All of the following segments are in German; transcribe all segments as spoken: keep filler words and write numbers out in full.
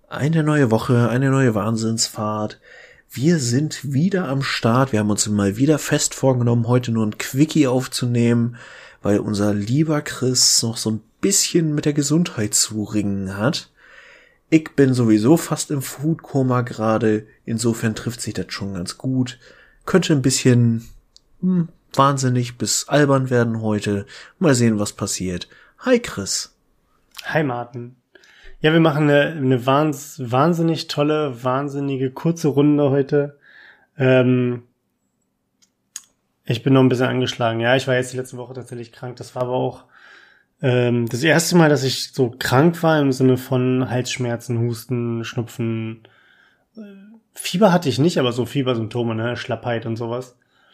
Eine neue Woche, eine neue Wahnsinnsfahrt. Wir sind wieder am Start. Wir haben uns mal wieder fest vorgenommen, heute nur ein Quickie aufzunehmen, weil unser lieber Chris noch so ein bisschen mit der Gesundheit zu ringen hat. Ich bin sowieso fast im Foodkoma gerade. Insofern trifft sich das schon ganz gut. Könnte ein bisschen hm, wahnsinnig bis albern werden heute. Mal sehen, was passiert. Hi Chris. Hi Martin. Ja, wir machen eine, eine wahns, wahnsinnig tolle, wahnsinnige kurze Runde heute. Ähm, ich bin noch ein bisschen angeschlagen. Ja, ich war jetzt die letzte Woche tatsächlich krank. Das war aber auch ähm, das erste Mal, dass ich so krank war im Sinne von Halsschmerzen, Husten, Schnupfen. Fieber hatte ich nicht, aber so Fiebersymptome, ne, Schlappheit und sowas.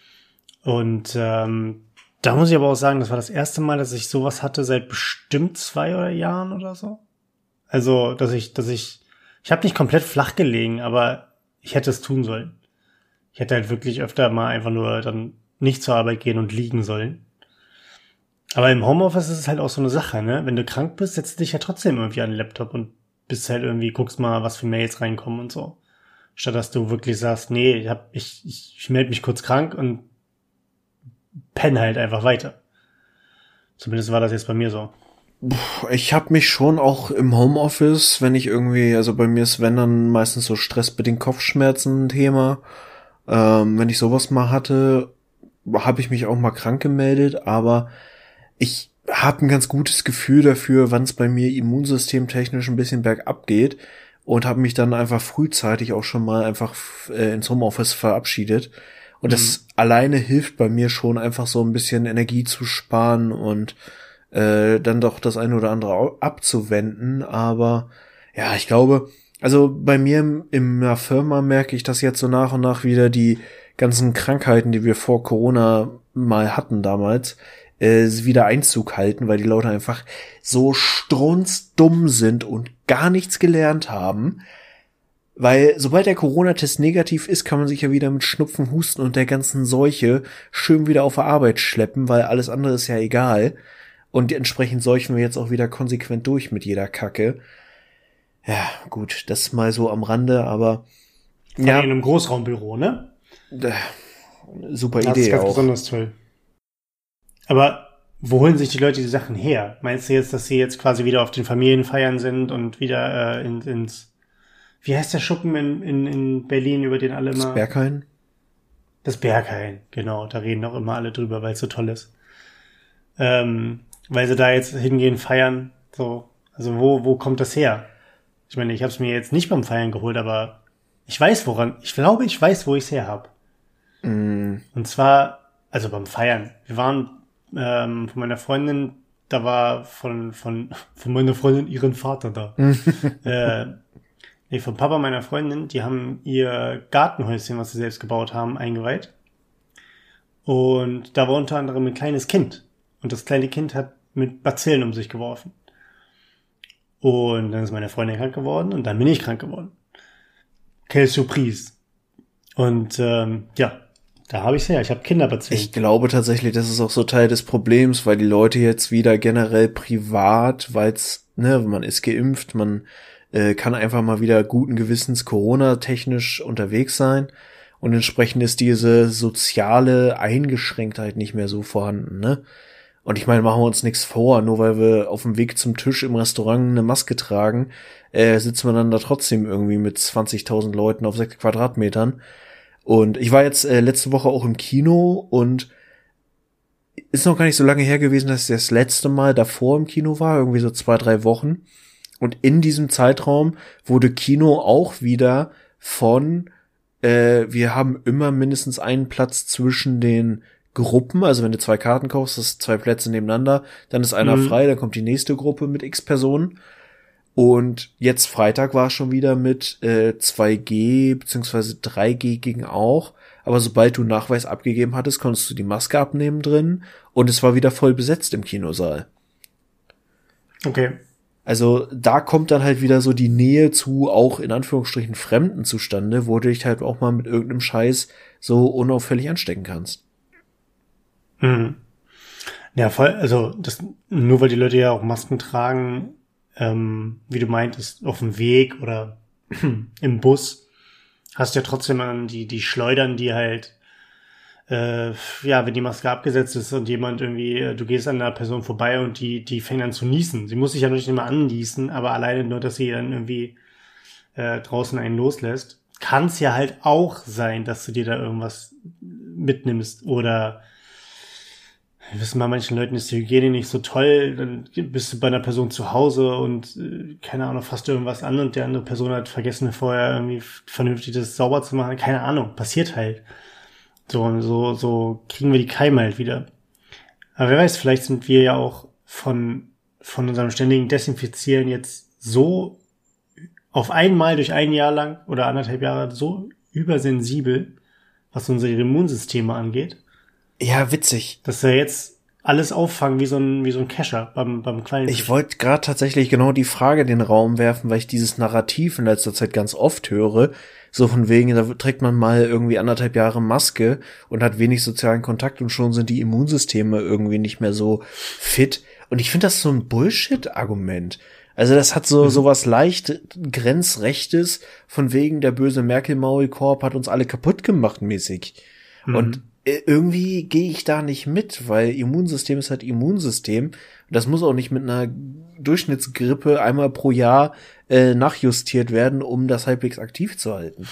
Und ähm, da muss ich aber auch sagen, das war das erste Mal, dass ich sowas hatte seit bestimmt zwei oder Jahren oder so. Also, dass ich, dass ich, ich habe nicht komplett flach gelegen, aber ich hätte es tun sollen. Ich hätte halt wirklich öfter mal einfach nur dann nicht zur Arbeit gehen und liegen sollen. Aber im Homeoffice ist es halt auch so eine Sache, ne? Wenn du krank bist, setzt du dich ja trotzdem irgendwie an den Laptop und bist halt irgendwie, guckst mal, was für Mails reinkommen und so. Statt dass du wirklich sagst, nee, ich hab, ich, ich, ich melde mich kurz krank und penne halt einfach weiter. Zumindest war das jetzt bei mir so. Ich habe mich schon auch im Homeoffice, wenn ich irgendwie, also bei mir ist wenn dann meistens so stressbedingt Kopfschmerzen ein Thema. Ähm, wenn ich sowas mal hatte, habe ich mich auch mal krank gemeldet, aber ich habe ein ganz gutes Gefühl dafür, wann es bei mir immunsystemtechnisch ein bisschen bergab geht und habe mich dann einfach frühzeitig auch schon mal einfach äh, ins Homeoffice verabschiedet. Und mhm. das alleine hilft bei mir schon einfach so ein bisschen Energie zu sparen und Äh, dann doch das eine oder andere abzuwenden, aber ja, ich glaube, also bei mir im, in der Firma merke ich, dass jetzt so nach und nach wieder die ganzen Krankheiten, die wir vor Corona mal hatten damals, äh, wieder Einzug halten, weil die Leute einfach so strunzdumm sind und gar nichts gelernt haben. Weil sobald der Corona-Test negativ ist, kann man sich ja wieder mit Schnupfen, Husten und der ganzen Seuche schön wieder auf der Arbeit schleppen, weil alles andere ist ja egal. Und entsprechend seuchen wir jetzt auch wieder konsequent durch mit jeder Kacke. Ja, gut, das mal so am Rande, aber Vor ja. in einem Großraumbüro, ne? Äh, super das Idee ist ganz auch. besonders toll. Aber wo holen sich die Leute die Sachen her? Meinst du jetzt, dass sie jetzt quasi wieder auf den Familienfeiern sind und wieder äh, in, ins, wie heißt der Schuppen in, in, in Berlin, über den alle immer... Das Berghain? Das Berghain, genau, da reden auch immer alle drüber, weil es so toll ist. Ähm... Weil sie da jetzt hingehen, feiern, so. Also wo, wo kommt das her? Ich meine, ich habe es mir jetzt nicht beim Feiern geholt, aber ich weiß woran, ich glaube, ich weiß, wo ich es her habe. Mm. Und zwar, also beim Feiern. Wir waren ähm, von meiner Freundin, da war von, von, von meiner Freundin ihren Vater da. äh, nee, von Papa meiner Freundin, die haben ihr Gartenhäuschen, was sie selbst gebaut haben, eingeweiht. Und da war unter anderem ein kleines Kind. Und das kleine Kind hat mit Bazillen um sich geworfen. Und dann ist meine Freundin krank geworden und dann bin ich krank geworden. Quelle Surprise. Und ähm, ja, da habe ich es her. Ich habe Kinderbazillen. Ich glaube tatsächlich, das ist auch so Teil des Problems, weil die Leute jetzt wieder generell privat, weil es, ne, man ist geimpft, man äh, kann einfach mal wieder guten Gewissens Corona-technisch unterwegs sein. Und entsprechend ist diese soziale Eingeschränktheit nicht mehr so vorhanden, ne? Und ich meine, machen wir uns nichts vor, nur weil wir auf dem Weg zum Tisch im Restaurant eine Maske tragen, äh, sitzen wir dann da trotzdem irgendwie mit zwanzigtausend Leuten auf sechs Quadratmetern. Und ich war jetzt äh, letzte Woche auch im Kino und ist noch gar nicht so lange her gewesen, dass ich das letzte Mal davor im Kino war, irgendwie so zwei, drei Wochen. Und in diesem Zeitraum wurde Kino auch wieder von, äh, wir haben immer mindestens einen Platz zwischen den Gruppen, also wenn du zwei Karten kaufst, das sind zwei Plätze nebeneinander, dann ist einer mhm. frei, dann kommt die nächste Gruppe mit x Personen. Und jetzt Freitag war es schon wieder mit äh, zwei G beziehungsweise drei G ging auch. Aber sobald du einen Nachweis abgegeben hattest, konntest du die Maske abnehmen drin und es war wieder voll besetzt im Kinosaal. Okay. Also da kommt dann halt wieder so die Nähe zu auch in Anführungsstrichen Fremden zustande, wo du dich halt auch mal mit irgendeinem Scheiß so unauffällig anstecken kannst. Mhm. Ja, voll, also das, nur weil die Leute ja auch Masken tragen, ähm, wie du meintest, auf dem Weg oder im Bus hast du ja trotzdem an die, die Schleudern, die halt, äh, ja, wenn die Maske abgesetzt ist und jemand irgendwie, äh, du gehst an einer Person vorbei und die, die fängt an zu niesen. Sie muss sich ja nicht immer anniesen, aber alleine nur, dass sie dann irgendwie äh, draußen einen loslässt, kann es ja halt auch sein, dass du dir da irgendwas mitnimmst oder wir wissen, bei manchen Leuten ist die Hygiene nicht so toll, dann bist du bei einer Person zu Hause und äh, keine Ahnung, fasst du irgendwas an und die andere Person hat vergessen, vorher irgendwie vernünftig das sauber zu machen. Keine Ahnung, passiert halt. So und so, so kriegen wir die Keime halt wieder. Aber wer weiß, vielleicht sind wir ja auch von, von unserem ständigen Desinfizieren jetzt so auf einmal durch ein Jahr lang oder anderthalb Jahre so übersensibel, was unsere Immunsysteme angeht. Ja, witzig. Dass wir jetzt alles auffangen wie so ein, wie so ein Kescher beim, beim kleinen Fisch. Ich wollte gerade tatsächlich genau die Frage in den Raum werfen, weil ich dieses Narrativ in letzter Zeit ganz oft höre. So von wegen, da trägt man mal irgendwie anderthalb Jahre Maske und hat wenig sozialen Kontakt und schon sind die Immunsysteme irgendwie nicht mehr so fit. Und ich finde das so ein Bullshit-Argument. Also das hat so, mhm. sowas leicht Grenzrechtes von wegen der böse Merkel-Maulkorb hat uns alle kaputt gemacht mäßig. Mhm. Und irgendwie gehe ich da nicht mit, weil Immunsystem ist halt Immunsystem. Das muss auch nicht mit einer Durchschnittsgrippe einmal pro Jahr äh, nachjustiert werden, um das halbwegs aktiv zu halten.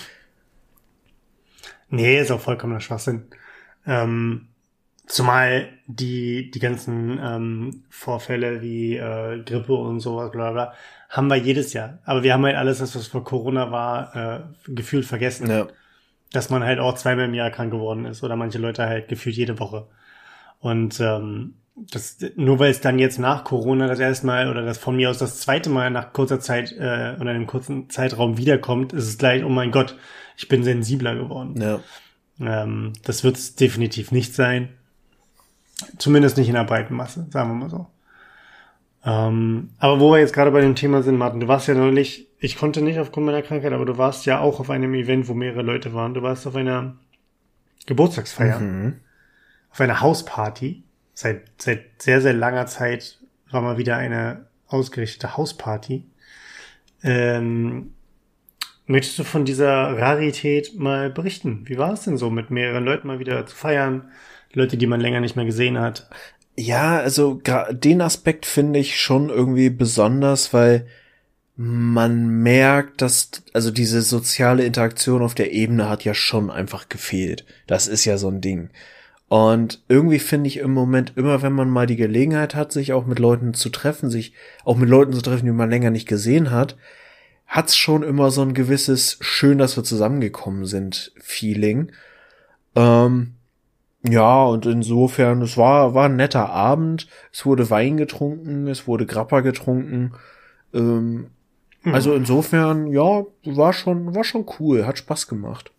Nee, ist auch vollkommener Schwachsinn. Ähm, zumal die die ganzen ähm, Vorfälle wie äh, Grippe und sowas, bla bla, haben wir jedes Jahr. Aber wir haben halt alles, was vor Corona war, äh, gefühlt vergessen. Ja. Dass man halt auch zweimal im Jahr krank geworden ist oder manche Leute halt gefühlt jede Woche. Und ähm, das nur weil es dann jetzt nach Corona das erste Mal oder das von mir aus das zweite Mal nach kurzer Zeit äh, oder einem kurzen Zeitraum wiederkommt, ist es gleich, oh mein Gott, ich bin sensibler geworden. Ja. Ähm, das wird es definitiv nicht sein. Zumindest nicht in der breiten Masse, sagen wir mal so. Ähm, aber wo wir jetzt gerade bei dem Thema sind, Martin, du warst ja neulich, ich konnte nicht aufgrund meiner Krankheit, aber du warst ja auch auf einem Event, wo mehrere Leute waren. Du warst auf einer Geburtstagsfeier, mhm. auf einer Hausparty. Seit, seit sehr, sehr langer Zeit war mal wieder eine ausgerichtete Hausparty. Ähm, möchtest du von dieser Rarität mal berichten? Wie war es denn so, mit mehreren Leuten mal wieder zu feiern? Leute, die man länger nicht mehr gesehen hat. Ja, also den Aspekt finde ich schon irgendwie besonders, weil man merkt, dass, also diese soziale Interaktion auf der Ebene hat ja schon einfach gefehlt. Das ist ja so ein Ding. Und irgendwie finde ich im Moment immer, wenn man mal die Gelegenheit hat, sich auch mit Leuten zu treffen, sich auch mit Leuten zu treffen, die man länger nicht gesehen hat, hat's schon immer so ein gewisses schön, dass wir zusammengekommen sind, Feeling. Ähm, Ja, und insofern, es war, war ein netter Abend. Es wurde Wein getrunken, es wurde Grappa getrunken. Ähm, mhm. Also insofern, ja, war schon, war schon cool, hat Spaß gemacht.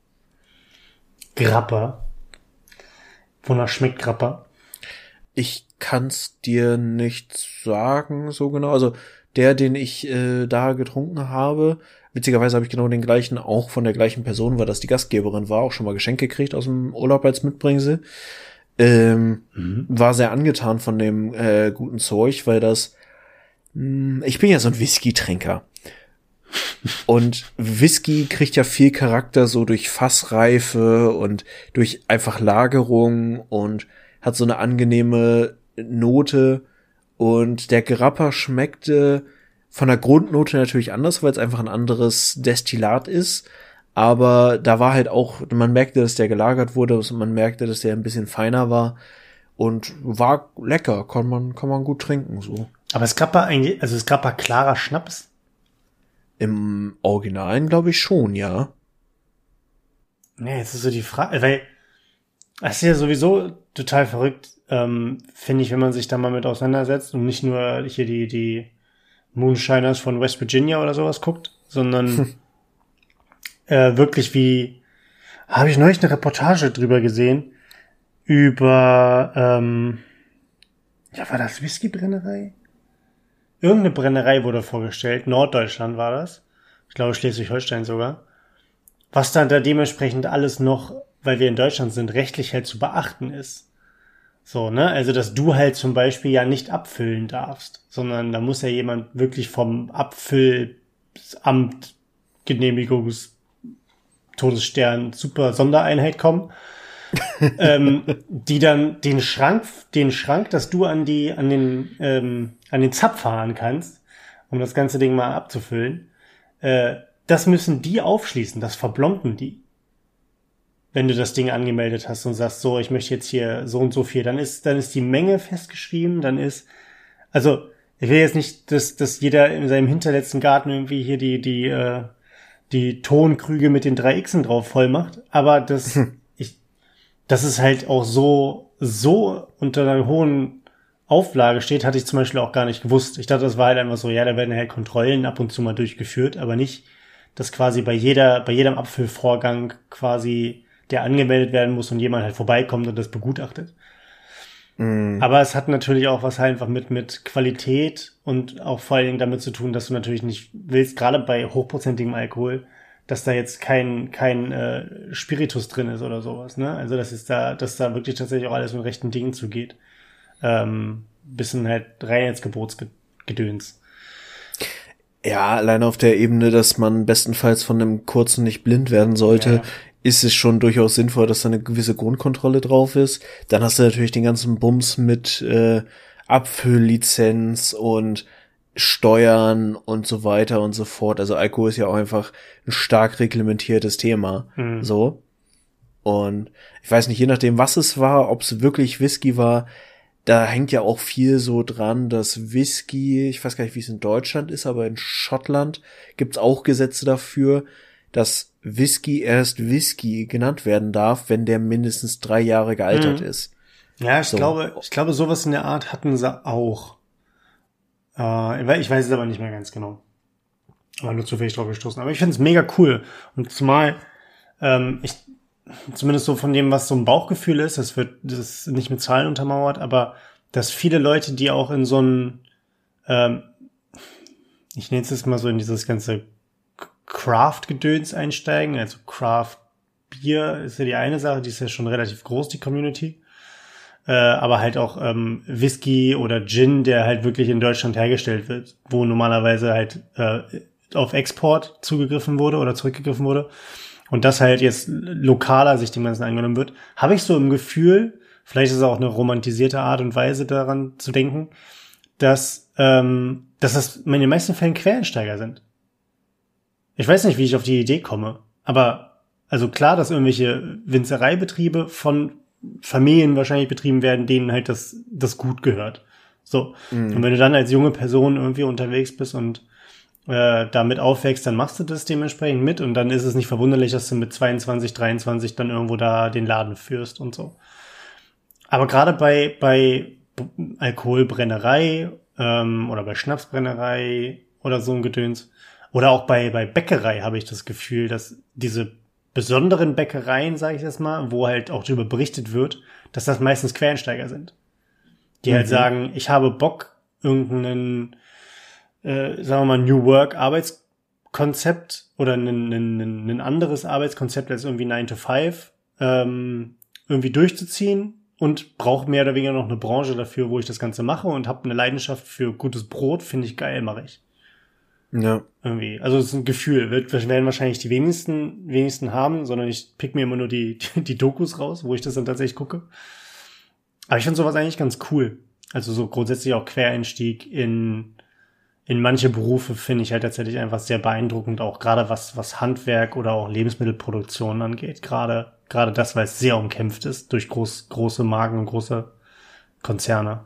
Grappa? Wonach schmeckt Grappa? Ich kann's dir nicht sagen, so genau. Also der, den ich äh, da getrunken habe, witzigerweise habe ich genau den gleichen, auch von der gleichen Person, weil das die Gastgeberin war, auch schon mal Geschenk gekriegt aus dem Urlaub als Mitbringsel. Ähm, mhm. War sehr angetan von dem äh, guten Zeug, weil das, mh, ich bin ja so ein Whisky-Trinker. Und Whisky kriegt ja viel Charakter so durch Fassreife und durch einfach Lagerung und hat so eine angenehme Note. Und der Grappa schmeckte von der Grundnote natürlich anders, weil es einfach ein anderes Destillat ist. Aber da war halt auch, man merkte, dass der gelagert wurde und man merkte, dass der ein bisschen feiner war. Und war lecker, kann man, kann man gut trinken, so. Aber ist Grappa eigentlich, also ist Grappa klarer Schnaps? Im Originalen glaube ich schon, ja. Nee, jetzt ist so die Frage, weil das ist ja sowieso total verrückt, ähm, finde ich, wenn man sich da mal mit auseinandersetzt und nicht nur hier die, die Moonshiners von West Virginia oder sowas guckt, sondern äh, wirklich wie, habe ich neulich eine Reportage drüber gesehen, über, ähm, ja, war das Whiskybrennerei? Irgendeine Brennerei wurde vorgestellt, Norddeutschland war das, ich glaube Schleswig-Holstein sogar, was dann da dementsprechend alles noch, weil wir in Deutschland sind, rechtlich halt zu beachten ist. So, ne, also dass du halt zum Beispiel ja nicht abfüllen darfst, sondern da muss ja jemand wirklich vom Abfüllamt Genehmigungs Todesstern Super Sondereinheit kommen, ähm, die dann den Schrank, den Schrank, dass du an die, an den, ähm, an den Zapf fahren kannst, um das ganze Ding mal abzufüllen, äh, das müssen die aufschließen, das verblomben die. Wenn du das Ding angemeldet hast und sagst, so, ich möchte jetzt hier so und so viel, dann ist, dann ist die Menge festgeschrieben, dann ist, also, ich will jetzt nicht, dass, dass jeder in seinem hinterletzten Garten irgendwie hier die, die, äh, die Tonkrüge mit den drei Xen drauf voll macht, aber das, hm. ich, das ist halt auch so, so unter einer hohen Auflage steht, hatte ich zum Beispiel auch gar nicht gewusst. Ich dachte, das war halt einfach so, ja, da werden halt Kontrollen ab und zu mal durchgeführt, aber nicht, dass quasi bei jeder, bei jedem Abfüllvorgang quasi der angemeldet werden muss und jemand halt vorbeikommt und das begutachtet. Mm. Aber es hat natürlich auch was halt einfach mit, mit Qualität und auch vor allen Dingen damit zu tun, dass du natürlich nicht willst, gerade bei hochprozentigem Alkohol, dass da jetzt kein, kein äh, Spiritus drin ist oder sowas, ne? Also, dass es da, dass da wirklich tatsächlich auch alles mit rechten Dingen zugeht. Ähm, bisschen halt rein ins Gebotsgedöns. Ja, allein auf der Ebene, dass man bestenfalls von einem Kurzen nicht blind werden sollte, ja. Ist es schon durchaus sinnvoll, dass da eine gewisse Grundkontrolle drauf ist. Dann hast du natürlich den ganzen Bums mit äh, Abfülllizenz und Steuern und so weiter und so fort. Also Alkohol ist ja auch einfach ein stark reglementiertes Thema. Mhm. So. Und ich weiß nicht, je nachdem, was es war, ob es wirklich Whisky war, da hängt ja auch viel so dran, dass Whisky, ich weiß gar nicht, wie es in Deutschland ist, aber in Schottland gibt's auch Gesetze dafür, dass Whisky erst Whisky genannt werden darf, wenn der mindestens drei Jahre gealtert mhm. ist. Ja, ich so. glaube, ich glaube, sowas in der Art hatten sie auch. Äh, ich weiß es aber nicht mehr ganz genau. Aber nur zufällig drauf gestoßen. Aber ich finde es mega cool. Und zumal, ähm, ich, zumindest so von dem, was so ein Bauchgefühl ist, das wird, das ist nicht mit Zahlen untermauert, aber dass viele Leute, die auch in so ein, ähm, ich nenne es jetzt mal so in dieses ganze Craft-Gedöns einsteigen, also Craft-Bier ist ja die eine Sache, die ist ja schon relativ groß, die Community, äh, aber halt auch ähm, Whisky oder Gin, der halt wirklich in Deutschland hergestellt wird, wo normalerweise halt äh, auf Export zugegriffen wurde oder zurückgegriffen wurde und das halt jetzt lokaler sich dem Ganzen angenommen wird, habe ich so im Gefühl, vielleicht ist es auch eine romantisierte Art und Weise daran zu denken, dass, ähm, dass das in den meisten Fällen Quereinsteiger sind. Ich weiß nicht, wie ich auf die Idee komme, aber also klar, dass irgendwelche Winzereibetriebe von Familien wahrscheinlich betrieben werden, denen halt das das gut gehört. So. Mhm. Und wenn du dann als junge Person irgendwie unterwegs bist und äh, damit aufwächst, dann machst du das dementsprechend mit und dann ist es nicht verwunderlich, dass du mit zweiundzwanzig, dreiundzwanzig dann irgendwo da den Laden führst und so. Aber gerade bei bei Alkoholbrennerei ähm, oder bei Schnapsbrennerei oder so ein Gedöns oder auch bei bei Bäckerei habe ich das Gefühl, dass diese besonderen Bäckereien, sage ich jetzt mal, wo halt auch darüber berichtet wird, dass das meistens Quereinsteiger sind. Die mhm. halt sagen, ich habe Bock, irgendeinen, äh, sagen wir mal, New Work Arbeitskonzept oder ein, ein, ein, ein anderes Arbeitskonzept als irgendwie nine to five ähm, irgendwie durchzuziehen und brauche mehr oder weniger noch eine Branche dafür, wo ich das Ganze mache und habe eine Leidenschaft für gutes Brot, finde ich geil, mache ich. Ja. Irgendwie. Also es ist ein Gefühl. Wird, werden wahrscheinlich die wenigsten, wenigsten haben, sondern ich pick mir immer nur die, die, die Dokus raus, wo ich das dann tatsächlich gucke. Aber ich finde sowas eigentlich ganz cool. Also so grundsätzlich auch Quereinstieg in, in manche Berufe finde ich halt tatsächlich einfach sehr beeindruckend, auch gerade was, was Handwerk oder auch Lebensmittelproduktion angeht. Gerade, gerade das, weil es sehr umkämpft ist durch groß, große Marken und große Konzerne.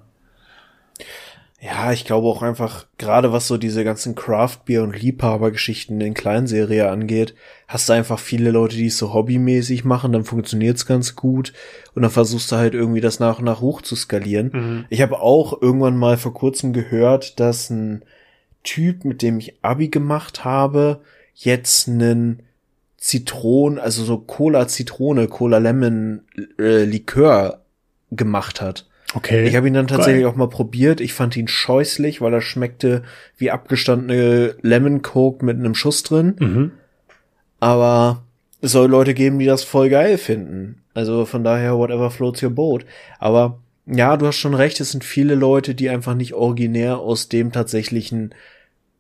Ja, ich glaube auch einfach, gerade was so diese ganzen Craft-Bier- und Liebhabergeschichten in Kleinserie angeht, hast du einfach viele Leute, die es so hobbymäßig machen, dann funktioniert's ganz gut und dann versuchst du halt irgendwie das nach und nach hoch zu skalieren. Mhm. Ich habe auch irgendwann mal vor kurzem gehört, dass ein Typ, mit dem ich Abi gemacht habe, jetzt einen Zitronen, also so Cola-Zitrone, Cola-Lemon-Likör gemacht hat. Okay. Ich habe ihn dann tatsächlich Geil. auch mal probiert. Ich fand ihn scheußlich, weil er schmeckte wie abgestandene Lemon Coke mit einem Schuss drin. Mhm. Aber es soll Leute geben, die das voll geil finden. Also von daher, whatever floats your boat. Aber ja, du hast schon recht, es sind viele Leute, die einfach nicht originär aus dem tatsächlichen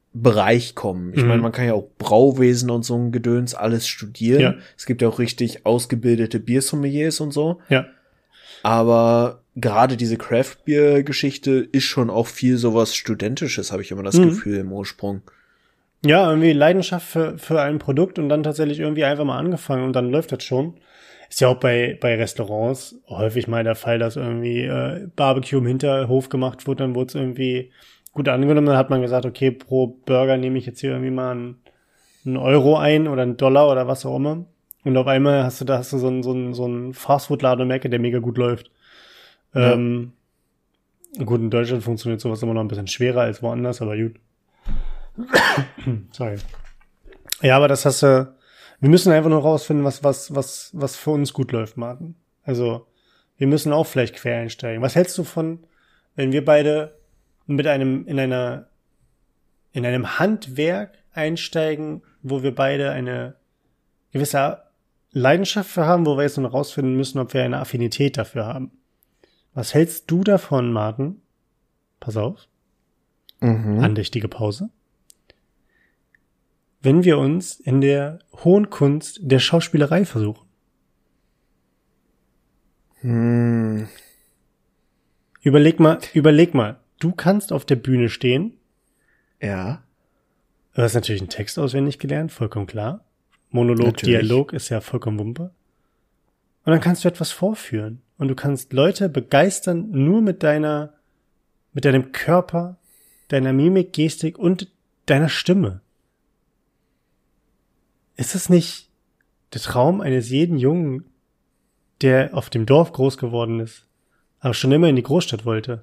Bereich kommen. Ich Mhm. meine, man kann ja auch Brauwesen und so ein Gedöns alles studieren. Ja. Es gibt ja auch richtig ausgebildete Biersommeliers und so. Ja. Aber gerade diese Craft-Bier-Geschichte ist schon auch viel sowas Studentisches, habe ich immer das Mhm. Gefühl im Ursprung. Ja, irgendwie Leidenschaft für, für ein Produkt und dann tatsächlich irgendwie einfach mal angefangen und dann läuft das schon. Ist ja auch bei, bei Restaurants häufig mal der Fall, dass irgendwie äh, Barbecue im Hinterhof gemacht wurde, dann wurde es irgendwie gut angenommen. Dann hat man gesagt, okay, pro Burger nehme ich jetzt hier irgendwie mal einen, einen Euro ein oder einen Dollar oder was auch immer. Und auf einmal hast du da hast du so einen, so einen, so einen Fastfood-Laden, merke, der mega gut läuft. Ja. Ähm, gut, in Deutschland funktioniert sowas immer noch ein bisschen schwerer als woanders, aber gut. Sorry. Ja, aber das hast du, wir müssen einfach nur rausfinden, was, was, was, was für uns gut läuft, Martin. Also, wir müssen auch vielleicht quer einsteigen. Was hältst du von, wenn wir beide mit einem, in einer, in einem Handwerk einsteigen, wo wir beide eine gewisse Leidenschaft für haben, wo wir jetzt noch rausfinden müssen, ob wir eine Affinität dafür haben. Was hältst du davon, Martin? Pass auf. Mhm. Andächtige Pause. Wenn wir uns in der hohen Kunst der Schauspielerei versuchen. Hm. Überleg mal, überleg mal. Du kannst auf der Bühne stehen. Ja. Du hast natürlich einen Text auswendig gelernt, vollkommen klar. Monolog, Natürlich. Dialog ist ja vollkommen Wumpe. Und dann kannst du etwas vorführen. Und du kannst Leute begeistern nur mit deiner, mit deinem Körper, deiner Mimik, Gestik und deiner Stimme. Ist das nicht der Traum eines jeden Jungen, der auf dem Dorf groß geworden ist, aber schon immer in die Großstadt wollte?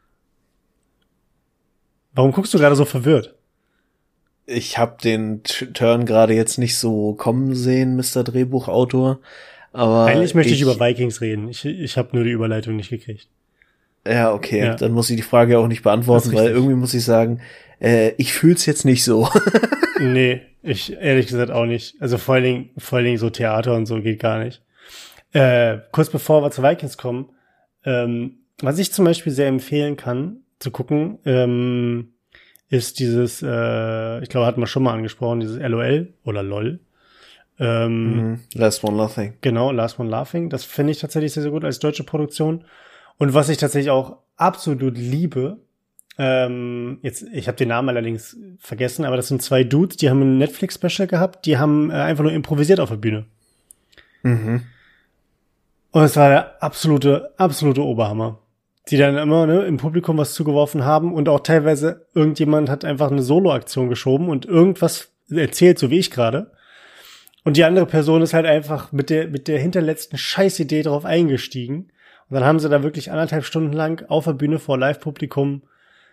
Warum guckst du gerade so verwirrt? Ich habe den T- Turn gerade jetzt nicht so kommen sehen, Mister Drehbuchautor. Aber Eigentlich möchte ich, ich über Vikings reden. Ich, ich habe nur die Überleitung nicht gekriegt. Ja, okay. Ja. Dann muss ich die Frage auch nicht beantworten, weil irgendwie muss ich sagen, äh, ich fühl's jetzt nicht so. Nee, ich ehrlich gesagt auch nicht. Also vor allen Dingen, vor allen Dingen so Theater und so geht gar nicht. Äh, kurz bevor wir zu Vikings kommen, ähm, was ich zum Beispiel sehr empfehlen kann, zu gucken, ähm, ist dieses, äh, ich glaube, hatten wir schon mal angesprochen, dieses L O L oder LOL. Ähm, Mhm. Last One Laughing. Genau, Last One Laughing. Das finde ich tatsächlich sehr, sehr gut als deutsche Produktion. Und was ich tatsächlich auch absolut liebe, ähm, jetzt, ich habe den Namen allerdings vergessen, aber das sind zwei Dudes, die haben ein Netflix-Special gehabt, die haben äh, einfach nur improvisiert auf der Bühne. Mhm. Und es war der absolute, absolute Oberhammer. Die dann immer ne, im Publikum was zugeworfen haben und auch teilweise irgendjemand hat einfach eine Solo-Aktion geschoben und irgendwas erzählt, so wie ich gerade. Und die andere Person ist halt einfach mit der, mit der hinterletzten Scheißidee drauf eingestiegen. Und dann haben sie da wirklich anderthalb Stunden lang auf der Bühne vor Live-Publikum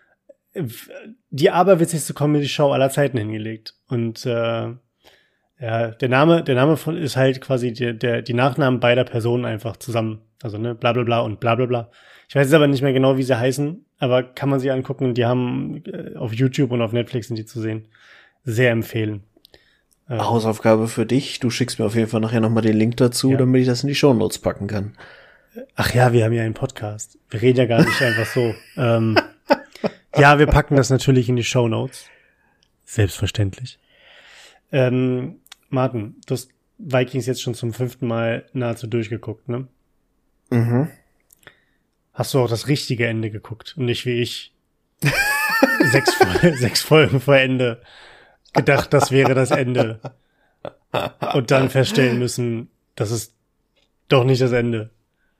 die aberwitzigste Comedy-Show aller Zeiten hingelegt. Und äh, ja, der Name, der Name von ist halt quasi der, der, die Nachnamen beider Personen einfach zusammen. Also ne, bla bla bla und bla bla bla. Ich weiß jetzt aber nicht mehr genau, wie sie heißen, aber kann man sie angucken. Die haben äh, auf YouTube und auf Netflix sind die zu sehen. Sehr empfehlen. Ähm. Hausaufgabe für dich. Du schickst mir auf jeden Fall nachher nochmal den Link dazu, ja. damit ich das in die Shownotes packen kann. Ach ja, wir haben ja einen Podcast. Wir reden ja gar nicht einfach so. Ähm, ja, wir packen das natürlich in die Shownotes. Selbstverständlich. Ähm, Martin, du hast Vikings jetzt schon zum fünften Mal nahezu durchgeguckt, ne? Mhm. Hast du auch das richtige Ende geguckt und nicht wie ich sechs, sechs Folgen vor Ende gedacht, das wäre das Ende. Und dann feststellen müssen, das ist doch nicht das Ende.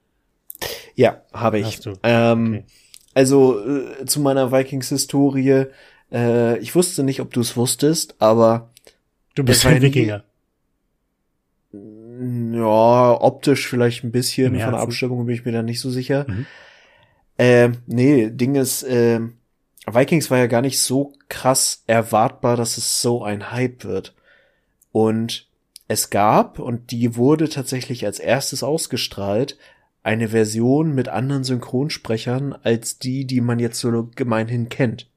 Ja, habe ich. Hast du? Ähm, okay. Also äh, zu meiner Vikings-Historie. Äh, ich wusste nicht, ob du es wusstest, aber du bist ein Wikinger. Ja, optisch vielleicht ein bisschen. Von der Abstimmung bin ich mir da nicht so sicher. Mhm. Äh, nee, Ding ist, äh, Vikings war ja gar nicht so krass erwartbar, dass es so ein Hype wird. Und es gab, und die wurde tatsächlich als erstes ausgestrahlt, eine Version mit anderen Synchronsprechern als die, die man jetzt so gemeinhin kennt.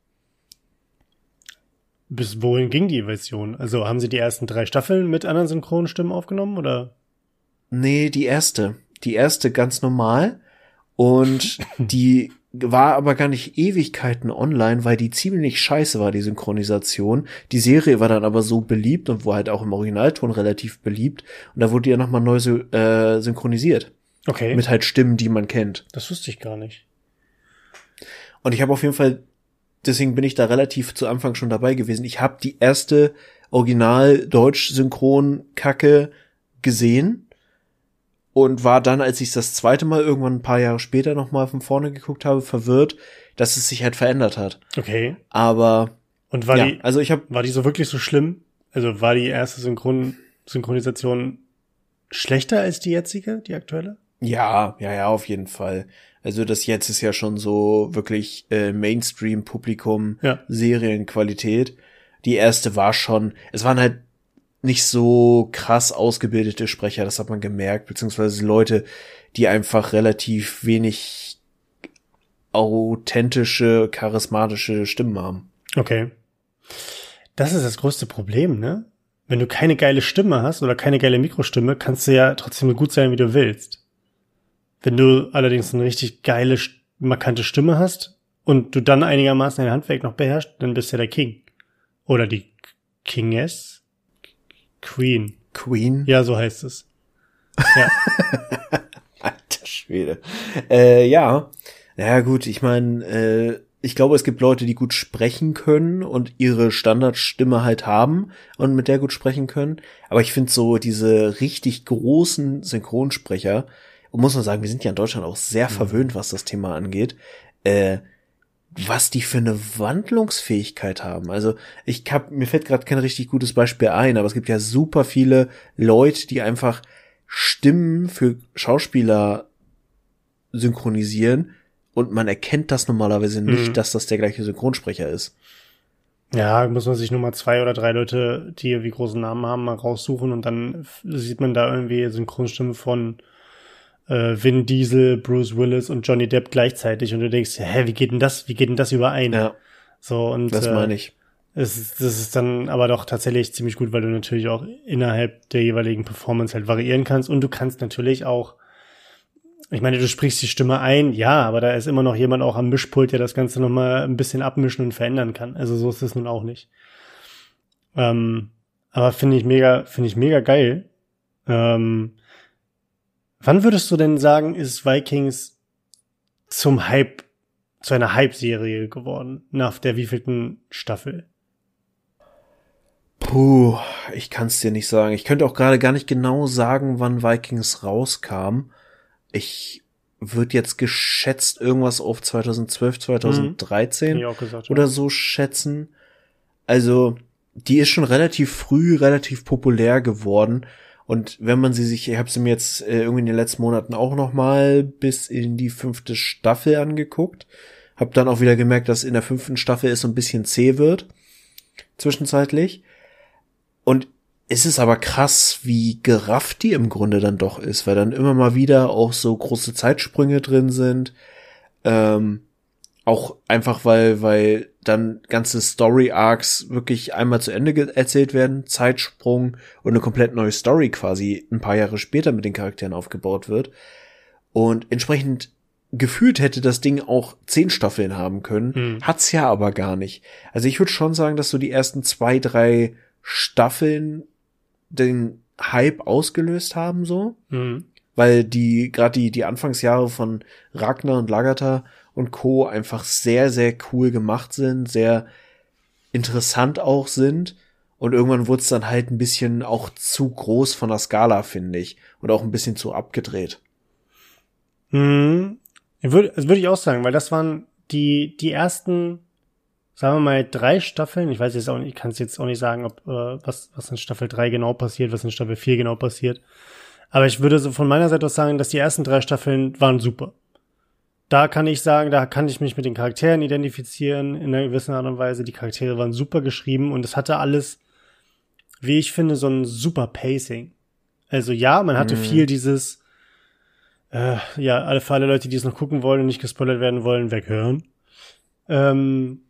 Bis wohin ging die Version? Also haben sie die ersten drei Staffeln mit anderen Synchronstimmen aufgenommen, oder? Nee, die erste. Die erste ganz normal. Und die war aber gar nicht Ewigkeiten online, weil die ziemlich scheiße war, die Synchronisation. Die Serie war dann aber so beliebt und war halt auch im Originalton relativ beliebt. Und da wurde die ja nochmal neu so, äh, synchronisiert. Okay. Mit halt Stimmen, die man kennt. Das wusste ich gar nicht. Und ich habe auf jeden Fall, deswegen bin ich da relativ zu Anfang schon dabei gewesen. Ich habe die erste Original-Deutsch-Synchron-Kacke gesehen und war dann, als ich das zweite Mal irgendwann ein paar Jahre später nochmal von vorne geguckt habe, verwirrt, dass es sich halt verändert hat. Okay. Aber und war ja, die, also ich habe, war die so wirklich so schlimm? Also war die erste Synchron Synchronisation schlechter als die jetzige, die aktuelle? ja, ja, ja, auf jeden Fall. Also das jetzt ist ja schon so wirklich äh, Mainstream-Publikum, ja. Serienqualität. Die erste war schon, es waren halt nicht so krass ausgebildete Sprecher, das hat man gemerkt, beziehungsweise Leute, die einfach relativ wenig authentische, charismatische Stimmen haben. Okay. Das ist das größte Problem, ne? Wenn du keine geile Stimme hast oder keine geile Mikrostimme, kannst du ja trotzdem so gut sein, wie du willst. Wenn du allerdings eine richtig geile, markante Stimme hast und du dann einigermaßen dein Handwerk noch beherrschst, dann bist du ja der King. Oder die Kingess? Queen. Queen? Ja, so heißt es. Ja. Alter Schwede. Äh, ja. Ja gut, ich meine, äh, ich glaube, es gibt Leute, die gut sprechen können und ihre Standardstimme halt haben und mit der gut sprechen können. Aber ich finde so diese richtig großen Synchronsprecher, und muss man sagen, wir sind ja in Deutschland auch sehr verwöhnt, was das Thema angeht, äh, was die für eine Wandlungsfähigkeit haben. Also ich hab, mir fällt gerade kein richtig gutes Beispiel ein, aber es gibt ja super viele Leute, die einfach Stimmen für Schauspieler synchronisieren und man erkennt das normalerweise nicht, mhm. dass das der gleiche Synchronsprecher ist. Ja, muss man sich nur mal zwei oder drei Leute, die irgendwie großen Namen haben, mal raussuchen und dann sieht man da irgendwie Synchronstimmen von Vin Diesel, Bruce Willis und Johnny Depp gleichzeitig und du denkst, hä, wie geht denn das, wie geht denn das überein? Ja. So, und das meine ich. Äh, es ist, das ist dann aber doch tatsächlich ziemlich gut, weil du natürlich auch innerhalb der jeweiligen Performance halt variieren kannst und du kannst natürlich auch, ich meine, du sprichst die Stimme ein, ja, aber da ist immer noch jemand auch am Mischpult, der das Ganze nochmal ein bisschen abmischen und verändern kann. Also so ist es nun auch nicht. Ähm, aber finde ich mega, finde ich mega geil. Ähm, Wann würdest du denn sagen, ist Vikings zum Hype, zu einer Hype-Serie geworden? Nach der wievielten Staffel? Puh, ich kann's dir nicht sagen. Ich könnte auch gerade gar nicht genau sagen, wann Vikings rauskam. Ich würde jetzt geschätzt irgendwas auf zweitausendzwölf, zweitausenddreizehn mhm. gesagt, oder ja. so schätzen. Also, die ist schon relativ früh, relativ populär geworden. Und wenn man sie sich, ich habe sie mir jetzt äh, irgendwie in den letzten Monaten auch noch mal bis in die fünfte Staffel angeguckt, habe dann auch wieder gemerkt, dass in der fünften Staffel es so ein bisschen zäh wird, zwischenzeitlich. Und es ist aber krass, wie gerafft die im Grunde dann doch ist, weil dann immer mal wieder auch so große Zeitsprünge drin sind. Ähm, auch einfach, weil weil dann ganze Story-Arcs wirklich einmal zu Ende ge- erzählt werden, Zeitsprung und eine komplett neue Story quasi ein paar Jahre später mit den Charakteren aufgebaut wird. Und entsprechend gefühlt hätte das Ding auch zehn Staffeln haben können, hm. hat's ja aber gar nicht. Also ich würde schon sagen, dass so die ersten zwei, drei Staffeln den Hype ausgelöst haben, so. Hm. Weil die, gerade die, die Anfangsjahre von Ragnar und Lagertha und Co. einfach sehr, sehr cool gemacht sind, sehr interessant auch sind. Und irgendwann wurde es dann halt ein bisschen auch zu groß von der Skala, finde ich. Und auch ein bisschen zu abgedreht. Hm. Würde, das würde ich auch sagen, weil das waren die, die ersten, sagen wir mal, drei Staffeln. Ich weiß jetzt auch nicht, ich kann es jetzt auch nicht sagen, ob äh, was, was in Staffel drei genau passiert, was in Staffel vier genau passiert. Aber ich würde so von meiner Seite aus sagen, dass die ersten drei Staffeln waren super. Da kann ich sagen, da kann ich mich mit den Charakteren identifizieren, in einer gewissen Art und Weise. Die Charaktere waren super geschrieben und es hatte alles, wie ich finde, so ein super Pacing. Also ja, man hatte mhm. viel dieses, äh, ja, alle für alle Leute, die es noch gucken wollen und nicht gespoilert werden wollen, weghören. Ähm,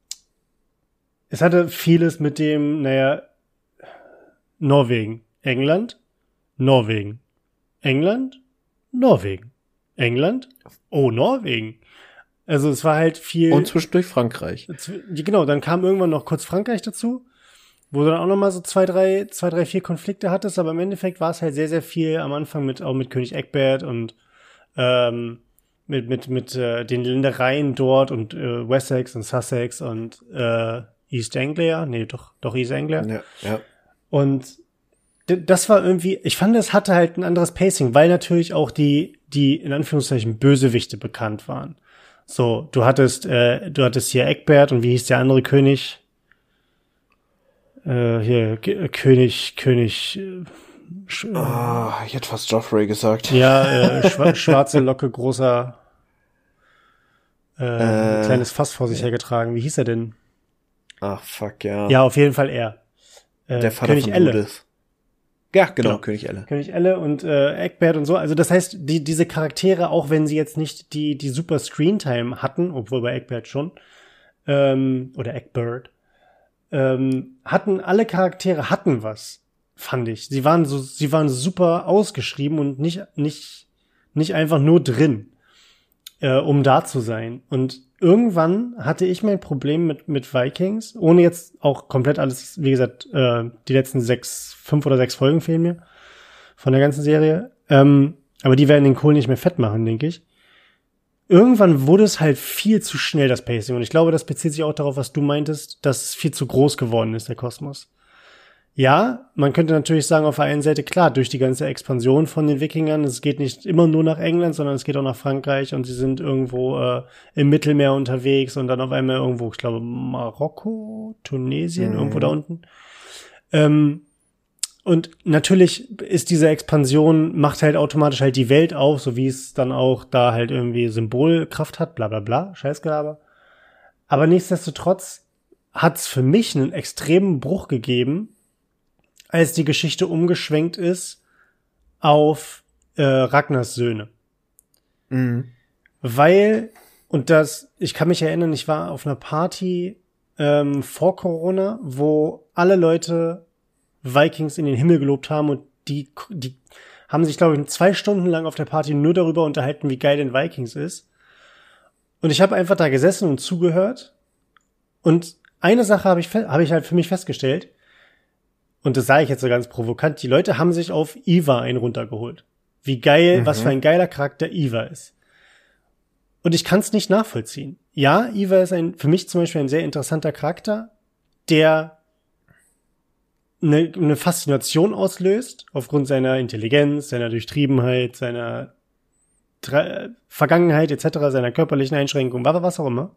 es hatte vieles mit dem, naja, Norwegen, England, Norwegen. England? Norwegen. England? Oh, Norwegen. Also es war halt viel... Und zwischendurch Frankreich. Genau, dann kam irgendwann noch kurz Frankreich dazu, wo du dann auch noch mal so zwei, drei, zwei, drei, vier Konflikte hattest, aber im Endeffekt war es halt sehr, sehr viel am Anfang mit, auch mit König Egbert und ähm, mit, mit, mit äh, den Ländereien dort und äh, Wessex und Sussex und äh, East Anglia, nee, doch, doch East Anglia. Ja, ja. Und d- das war irgendwie, ich fand, es hatte halt ein anderes Pacing, weil natürlich auch die, die in Anführungszeichen Bösewichte bekannt waren. So, du hattest, äh, du hattest hier Egbert und wie hieß der andere König? Äh, hier, G- König, König, äh, sch- Ah, ich hätte fast Joffrey gesagt. ja, äh, schwa- schwarze Locke, großer, äh, Äh, kleines Fass vor sich ja. hergetragen. Wie hieß er denn? Ach, fuck, ja. Ja, auf jeden Fall er. Äh, Der Vater König von Elle. Judith. Ja, genau, Genau. König Elle. König Elle und äh, Egbert und so. Also das heißt, die diese Charaktere, auch wenn sie jetzt nicht die die super Screentime hatten, obwohl bei Egbert schon, ähm, oder Egbert, ähm, hatten alle Charaktere hatten was, fand ich. Sie waren so, sie waren super ausgeschrieben und nicht nicht nicht einfach nur drin, äh, um da zu sein. Und irgendwann hatte ich mein Problem mit mit Vikings, ohne jetzt auch komplett alles, wie gesagt, äh, die letzten sechs, fünf oder sechs Folgen fehlen mir von der ganzen Serie. Ähm, aber die werden den Kohl nicht mehr fett machen, denke ich. Irgendwann wurde es halt viel zu schnell, das Pacing. Und ich glaube, das bezieht sich auch darauf, was du meintest, dass es viel zu groß geworden ist, der Kosmos. Ja, man könnte natürlich sagen, auf der einen Seite, klar, durch die ganze Expansion von den Wikingern, es geht nicht immer nur nach England, sondern es geht auch nach Frankreich und sie sind irgendwo äh, im Mittelmeer unterwegs und dann auf einmal irgendwo, ich glaube, Marokko, Tunesien, Mhm. irgendwo da unten. Ähm, und natürlich ist diese Expansion, macht halt automatisch halt die Welt auf, so wie es dann auch da halt irgendwie Symbolkraft hat, bla bla bla, Scheißgelaber. Aber nichtsdestotrotz hat es für mich einen extremen Bruch gegeben, als die Geschichte umgeschwenkt ist auf äh, Ragnars Söhne. Mhm. Weil, und das, ich kann mich erinnern, ich war auf einer Party ähm, vor Corona, wo alle Leute Vikings in den Himmel gelobt haben und die, die haben sich, glaube ich, zwei Stunden lang auf der Party nur darüber unterhalten, wie geil denn Vikings ist. Und ich habe einfach da gesessen und zugehört. Und eine Sache habe ich, fe- habe ich halt für mich festgestellt, und das sage ich jetzt so ganz provokant, die Leute haben sich auf Eva einen runtergeholt. Wie geil, Mhm. was für ein geiler Charakter Eva ist. Und ich kann es nicht nachvollziehen. Ja, Eva ist ein, für mich zum Beispiel ein sehr interessanter Charakter, der eine, eine Faszination auslöst, aufgrund seiner Intelligenz, seiner Durchtriebenheit, seiner Tra- Vergangenheit et cetera, seiner körperlichen Einschränkungen, was, was auch immer.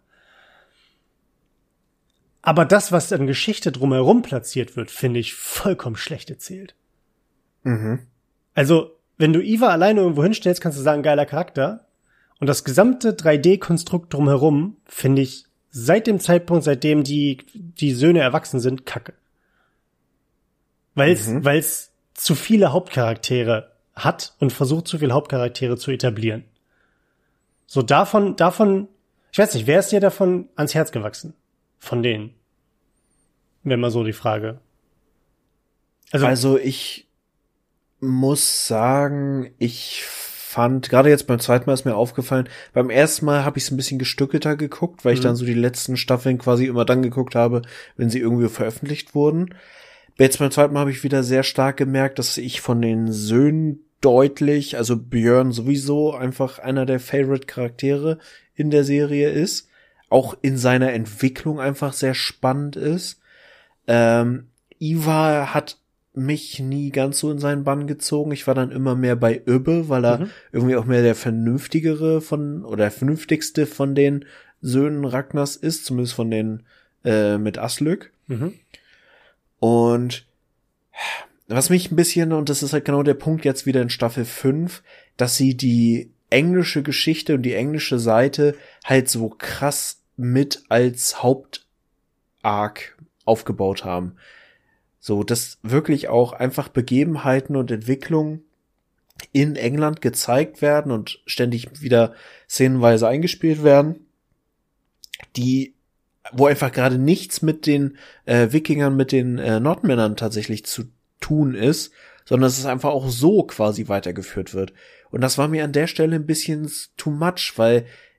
Aber das, was an Geschichte drumherum platziert wird, finde ich vollkommen schlecht erzählt. Mhm. Also, wenn du Eva alleine irgendwo hinstellst, kannst du sagen, geiler Charakter. Und das gesamte drei D-Konstrukt drumherum finde ich seit dem Zeitpunkt, seitdem die, die Söhne erwachsen sind, kacke. Weil's, Mhm. weil's zu viele Hauptcharaktere hat und versucht, zu viele Hauptcharaktere zu etablieren. So davon, davon, ich weiß nicht, wer ist dir davon ans Herz gewachsen? Von denen. Wäre mal so die Frage. Also, Also ich muss sagen, ich fand, gerade jetzt beim zweiten Mal ist mir aufgefallen, beim ersten Mal habe ich es ein bisschen gestückelter geguckt, weil ich Mhm. dann so die letzten Staffeln quasi immer dann geguckt habe, wenn sie irgendwie veröffentlicht wurden. Jetzt beim zweiten Mal habe ich wieder sehr stark gemerkt, dass ich von den Söhnen deutlich, also Björn sowieso einfach einer der Favorite-Charaktere in der Serie ist, auch in seiner Entwicklung einfach sehr spannend ist. Ähm, Ivar hat mich nie ganz so in seinen Bann gezogen. Ich war dann immer mehr bei Übbe, weil er Mhm. irgendwie auch mehr der vernünftigere von, oder der vernünftigste von den Söhnen Ragnars ist, zumindest von den äh, mit Aslök. mhm. Und was mich ein bisschen, und das ist halt genau der Punkt jetzt wieder in Staffel fünf, dass sie die englische Geschichte und die englische Seite halt so krass mit als Hauptarc aufgebaut haben. So, dass wirklich auch einfach Begebenheiten und Entwicklungen in England gezeigt werden und ständig wieder szenenweise eingespielt werden, die wo einfach gerade nichts mit den äh, Wikingern, mit den äh, Nordmännern tatsächlich zu tun ist, sondern dass es einfach auch so quasi weitergeführt wird. Und das war mir an der Stelle ein bisschen too much, weil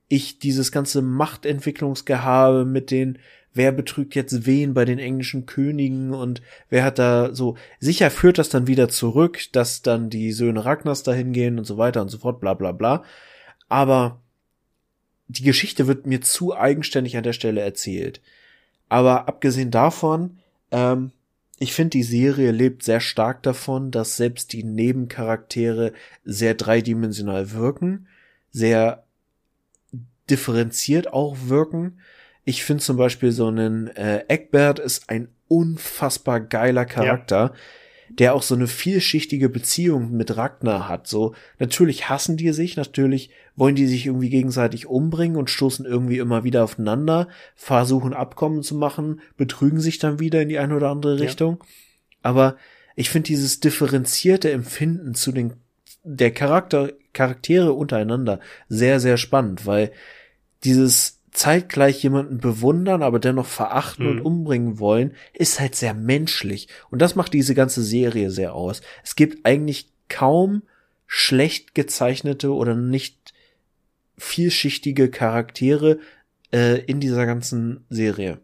ich dieses ganze Machtentwicklungsgehabe mit den, wer betrügt jetzt wen bei den englischen Königen und wer hat da so, sicher führt das dann wieder zurück, dass dann die Söhne Ragnars dahin gehen und so weiter und so fort, bla bla bla. Aber die Geschichte wird mir zu eigenständig an der Stelle erzählt. Aber abgesehen davon, ähm, ich finde, die Serie lebt sehr stark davon, dass selbst die Nebencharaktere sehr dreidimensional wirken, sehr differenziert auch wirken. Ich finde zum Beispiel so einen äh, Egbert ist ein unfassbar geiler Charakter, ja. der auch so eine vielschichtige Beziehung mit Ragnar hat. So, natürlich hassen die sich, natürlich wollen die sich irgendwie gegenseitig umbringen und stoßen irgendwie immer wieder aufeinander, versuchen Abkommen zu machen, betrügen sich dann wieder in die eine oder andere Richtung. Ja. Aber ich finde dieses differenzierte Empfinden zu den der Charakter Charaktere untereinander sehr, sehr spannend, weil dieses zeitgleich jemanden bewundern, aber dennoch verachten mhm. und umbringen wollen, ist halt sehr menschlich. Und das macht diese ganze Serie sehr aus. Es gibt eigentlich kaum schlecht gezeichnete oder nicht vielschichtige Charaktere äh, in dieser ganzen Serie.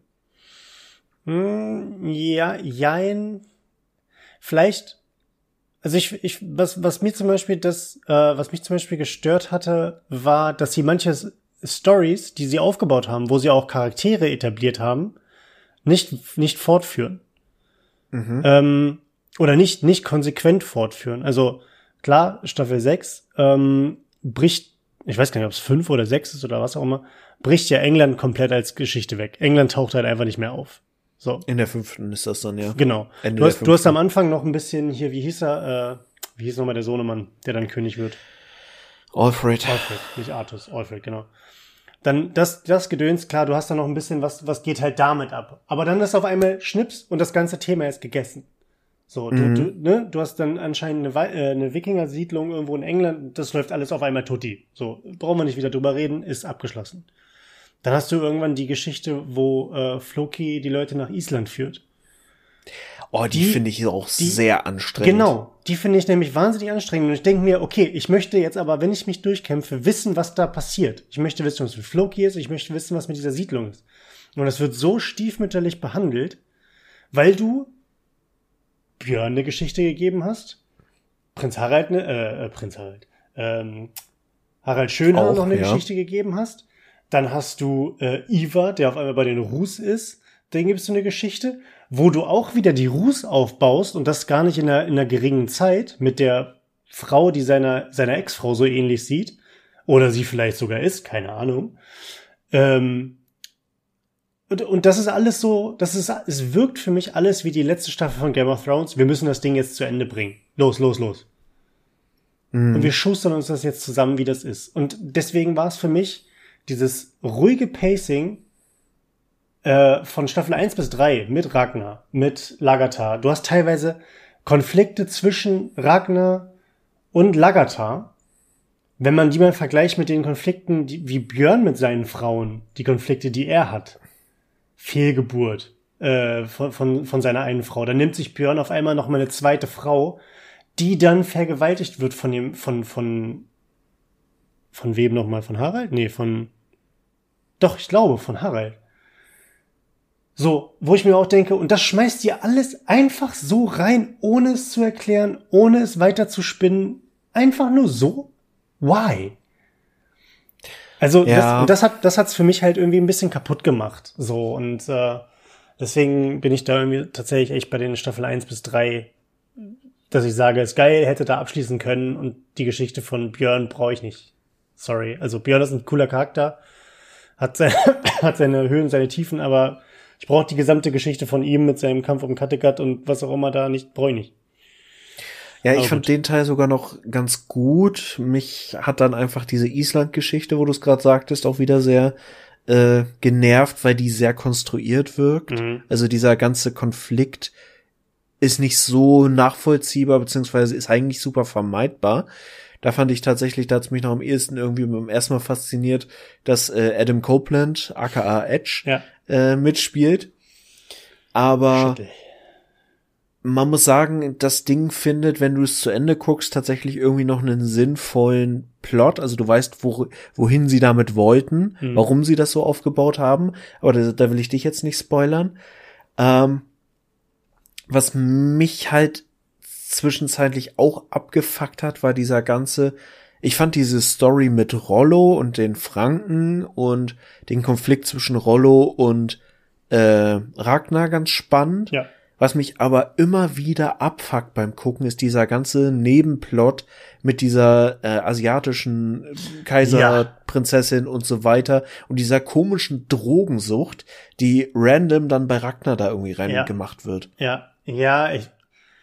Mm, ja, jein. Vielleicht, also ich, ich, was, was mir zum Beispiel das, äh, was mich zum Beispiel gestört hatte, war, dass sie manche Stories, die sie aufgebaut haben, wo sie auch Charaktere etabliert haben, nicht, nicht fortführen. Mhm. Ähm, oder nicht, nicht konsequent fortführen. Also, klar, Staffel sechs, ähm, bricht, ich weiß gar nicht, ob es fünf oder sechs ist oder was auch immer, bricht ja England komplett als Geschichte weg. England taucht halt einfach nicht mehr auf. So. In der fünften ist das dann, ja. Genau. Ende du, hast, du hast am Anfang noch ein bisschen hier, wie hieß er, äh, wie hieß nochmal der Sohnemann, der dann König wird? Alfred. Alfred, nicht Artus, Alfred, genau. Dann das, das Gedöns, klar, du hast da noch ein bisschen, was, was geht halt damit ab. Aber dann ist auf einmal Schnips und das ganze Thema ist gegessen. So, du, mhm. du, ne, du hast dann anscheinend eine, äh, eine Wikinger-Siedlung irgendwo in England, das läuft alles auf einmal tutti. So, brauchen wir nicht wieder drüber reden, ist abgeschlossen. Dann hast du irgendwann die Geschichte, wo äh, Floki die Leute nach Island führt. Oh, die, die finde ich auch die, sehr anstrengend. Genau, die finde ich nämlich wahnsinnig anstrengend. Und ich denke mir, okay, ich möchte jetzt aber, wenn ich mich durchkämpfe, wissen, was da passiert. Ich möchte wissen, was mit Floki ist. Ich möchte wissen, was mit dieser Siedlung ist. Und das wird so stiefmütterlich behandelt, weil du Björn eine Geschichte gegeben hast, Prinz Harald, ne, äh, Prinz Harald, ähm, Harald Schönhaar auch, noch eine ja. Geschichte gegeben hast. Dann hast du äh, Ivar, der auf einmal bei den Rus ist. Den gibst du eine Geschichte, wo du auch wieder die Rus aufbaust und das gar nicht in einer, in einer geringen Zeit mit der Frau, die seiner, seiner Ex-Frau so ähnlich sieht. Oder sie vielleicht sogar ist, keine Ahnung. Ähm, und, und das ist alles so, das ist, es wirkt für mich alles wie die letzte Staffel von Game of Thrones. Wir müssen das Ding jetzt zu Ende bringen. Los, los, los. Mhm. Und wir schustern uns das jetzt zusammen, wie das ist. Und deswegen war es für mich dieses ruhige Pacing äh, von Staffel eins bis drei mit Ragnar, mit Lagatar. Du hast teilweise Konflikte zwischen Ragnar und Lagatar. Wenn man die mal vergleicht mit den Konflikten, die, wie Björn mit seinen Frauen, die Konflikte, die er hat. Fehlgeburt äh, von, von, von seiner einen Frau. Dann nimmt sich Björn auf einmal noch mal eine zweite Frau, die dann vergewaltigt wird von dem, von, von, von wem nochmal? Von Harald? Nee, von, doch, ich glaube, von Harald. So, wo ich mir auch denke, und das schmeißt ihr alles einfach so rein, ohne es zu erklären, ohne es weiter zu spinnen. Einfach nur so? Why? Also, ja. das, und das hat, das hat's für mich halt irgendwie ein bisschen kaputt gemacht. So, und, äh, deswegen bin ich da irgendwie tatsächlich echt bei den Staffel eins bis drei, dass ich sage, ist geil, hätte da abschließen können und die Geschichte von Björn brauche ich nicht. Sorry. Also, Björn ist ein cooler Charakter, hat seine, hat seine Höhen, seine Tiefen, aber ich brauche die gesamte Geschichte von ihm mit seinem Kampf um Kattegat und was auch immer da nicht, brauche ich nicht. Ja, ich fand den Teil sogar noch ganz gut. Mich hat dann einfach diese Island-Geschichte, wo du es gerade sagtest, auch wieder sehr äh, genervt, weil die sehr konstruiert wirkt. Mhm. Also dieser ganze Konflikt ist nicht so nachvollziehbar, beziehungsweise ist eigentlich super vermeidbar. Da fand ich tatsächlich, da hat's mich noch am ehesten irgendwie beim ersten Mal fasziniert, dass äh, Adam Copeland, aka Edge, ja. äh, mitspielt. Aber Schüttel. man muss sagen, das Ding findet, wenn du es zu Ende guckst, tatsächlich irgendwie noch einen sinnvollen Plot. Also du weißt, wo, wohin sie damit wollten, mhm. warum sie das so aufgebaut haben. Aber da, da will ich dich jetzt nicht spoilern. Ähm, was mich halt zwischenzeitlich auch abgefuckt hat, war dieser ganze, ich fand diese Story mit Rollo und den Franken und den Konflikt zwischen Rollo und äh, Ragnar ganz spannend. Ja. Was mich aber immer wieder abfuckt beim Gucken, ist dieser ganze Nebenplot mit dieser äh, asiatischen Kaiserprinzessin ja. und so weiter und dieser komischen Drogensucht, die random dann bei Ragnar da irgendwie rein ja. gemacht wird. Ja, ja, ich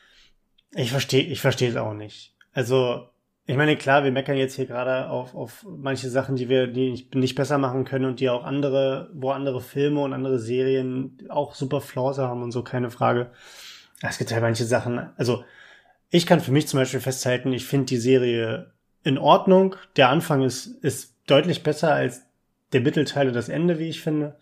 ich verstehe ich verstehe es auch nicht. Also, ich meine, klar, wir meckern jetzt hier gerade auf auf manche Sachen, die wir die nicht, nicht besser machen können und die auch andere, wo andere Filme und andere Serien auch super Flaws haben und so, keine Frage. Es gibt halt manche Sachen, also ich kann für mich zum Beispiel festhalten, ich finde die Serie in Ordnung. Der Anfang ist ist deutlich besser als der Mittelteil und das Ende, wie ich finde.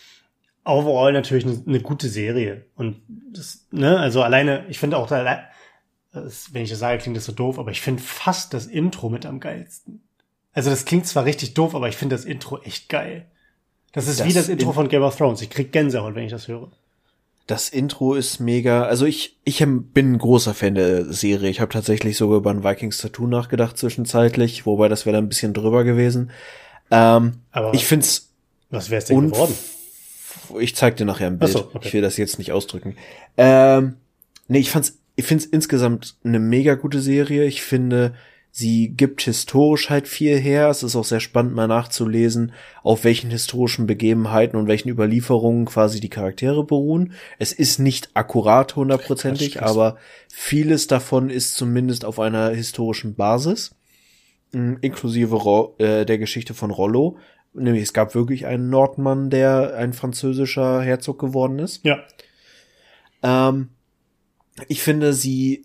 Overall natürlich eine, eine gute Serie. Und das, ne, also alleine, ich finde auch da, das, wenn ich das sage, klingt das so doof, aber ich finde fast das Intro mit am geilsten. Also das klingt zwar richtig doof, aber ich finde das Intro echt geil. Das ist das wie das Intro in- von Game of Thrones. Ich krieg Gänsehaut, wenn ich das höre. Das Intro ist mega. Also ich ich bin ein großer Fan der Serie. Ich habe tatsächlich sogar über ein Vikings Tattoo nachgedacht zwischenzeitlich, wobei das wäre dann ein bisschen drüber gewesen. Ähm, aber ich find's. Was wär's denn geworden? Ich zeig dir nachher ein Bild. Ach so, okay. Ich will das jetzt nicht ausdrücken. Ähm, nee, ich fand's Ich finde es insgesamt eine mega gute Serie. Ich finde, sie gibt historisch halt viel her. Es ist auch sehr spannend, mal nachzulesen, auf welchen historischen Begebenheiten und welchen Überlieferungen quasi die Charaktere beruhen. Es ist nicht akkurat hundertprozentig, aber vieles davon ist zumindest auf einer historischen Basis, inklusive Ro- äh, der Geschichte von Rollo. Nämlich es gab wirklich einen Nordmann, der ein französischer Herzog geworden ist. Ja. Ähm, Ich finde, sie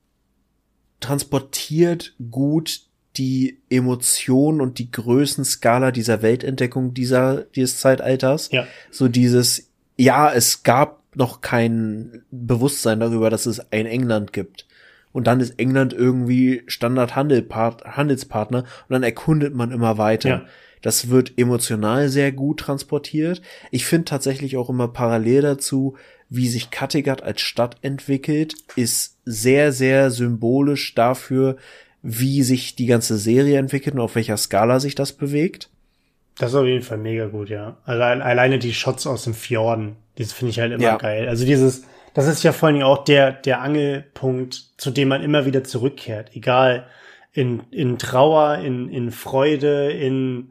transportiert gut die Emotionen und die Größenskala dieser Weltentdeckung dieser, dieses Zeitalters. Ja. So dieses, ja, es gab noch kein Bewusstsein darüber, dass es ein England gibt. Und dann ist England irgendwie Standard-Handelspartner und dann erkundet man immer weiter. Ja. Das wird emotional sehr gut transportiert. Ich finde tatsächlich auch immer parallel dazu, wie sich Kattegat als Stadt entwickelt, ist sehr, sehr symbolisch dafür, wie sich die ganze Serie entwickelt und auf welcher Skala sich das bewegt. Das ist auf jeden Fall mega gut, ja. Allein, alleine die Shots aus dem Fjorden, das finde ich halt immer ja. geil. Also dieses, das ist ja vor allen Dingen auch der, der Angelpunkt, zu dem man immer wieder zurückkehrt. Egal, in, in Trauer, in, in Freude, in,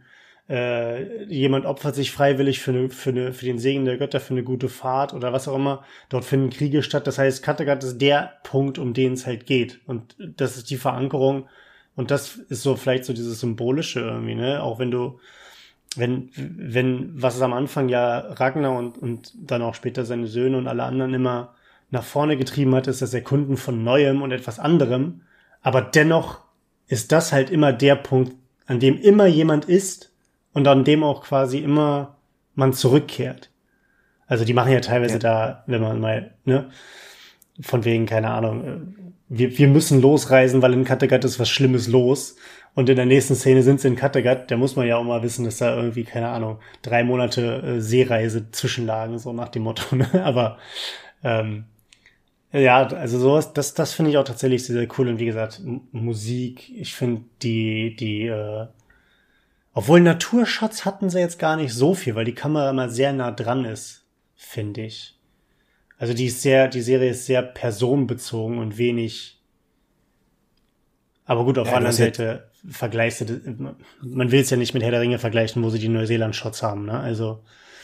Äh, jemand opfert sich freiwillig für eine, für eine, für den Segen der Götter, für eine gute Fahrt oder was auch immer. Dort finden Kriege statt. Das heißt, Kattegat ist der Punkt, um den es halt geht. Und das ist die Verankerung. Und das ist so vielleicht so dieses Symbolische irgendwie, ne? Auch wenn du, wenn, wenn, was es am Anfang ja Ragnar und, und dann auch später seine Söhne und alle anderen immer nach vorne getrieben hat, ist das Erkunden von Neuem und etwas anderem. Aber dennoch ist das halt immer der Punkt, an dem immer jemand ist, und an dem auch quasi immer man zurückkehrt. Also die machen ja teilweise ja. da, wenn man mal, ne, von wegen, keine Ahnung, wir, wir müssen losreisen, weil in Kattegat ist was Schlimmes los. Und in der nächsten Szene sind sie in Kattegat, da muss man ja auch mal wissen, dass da irgendwie, keine Ahnung, drei Monate äh, Seereise zwischenlagen, so nach dem Motto. Ne? Aber ähm, ja, also sowas, das, das finde ich auch tatsächlich sehr, sehr cool. Und wie gesagt, M- Musik, ich finde die, die, äh, obwohl Naturshots hatten sie jetzt gar nicht so viel, weil die Kamera immer sehr nah dran ist, finde ich. Also die ist sehr, die Serie ist sehr personenbezogen und wenig. Aber gut, auf der ja, anderen Seite vergleichst du, man will es ja nicht mit Herr der Ringe vergleichen, wo sie die Neuseeland-Shots haben, ne? Also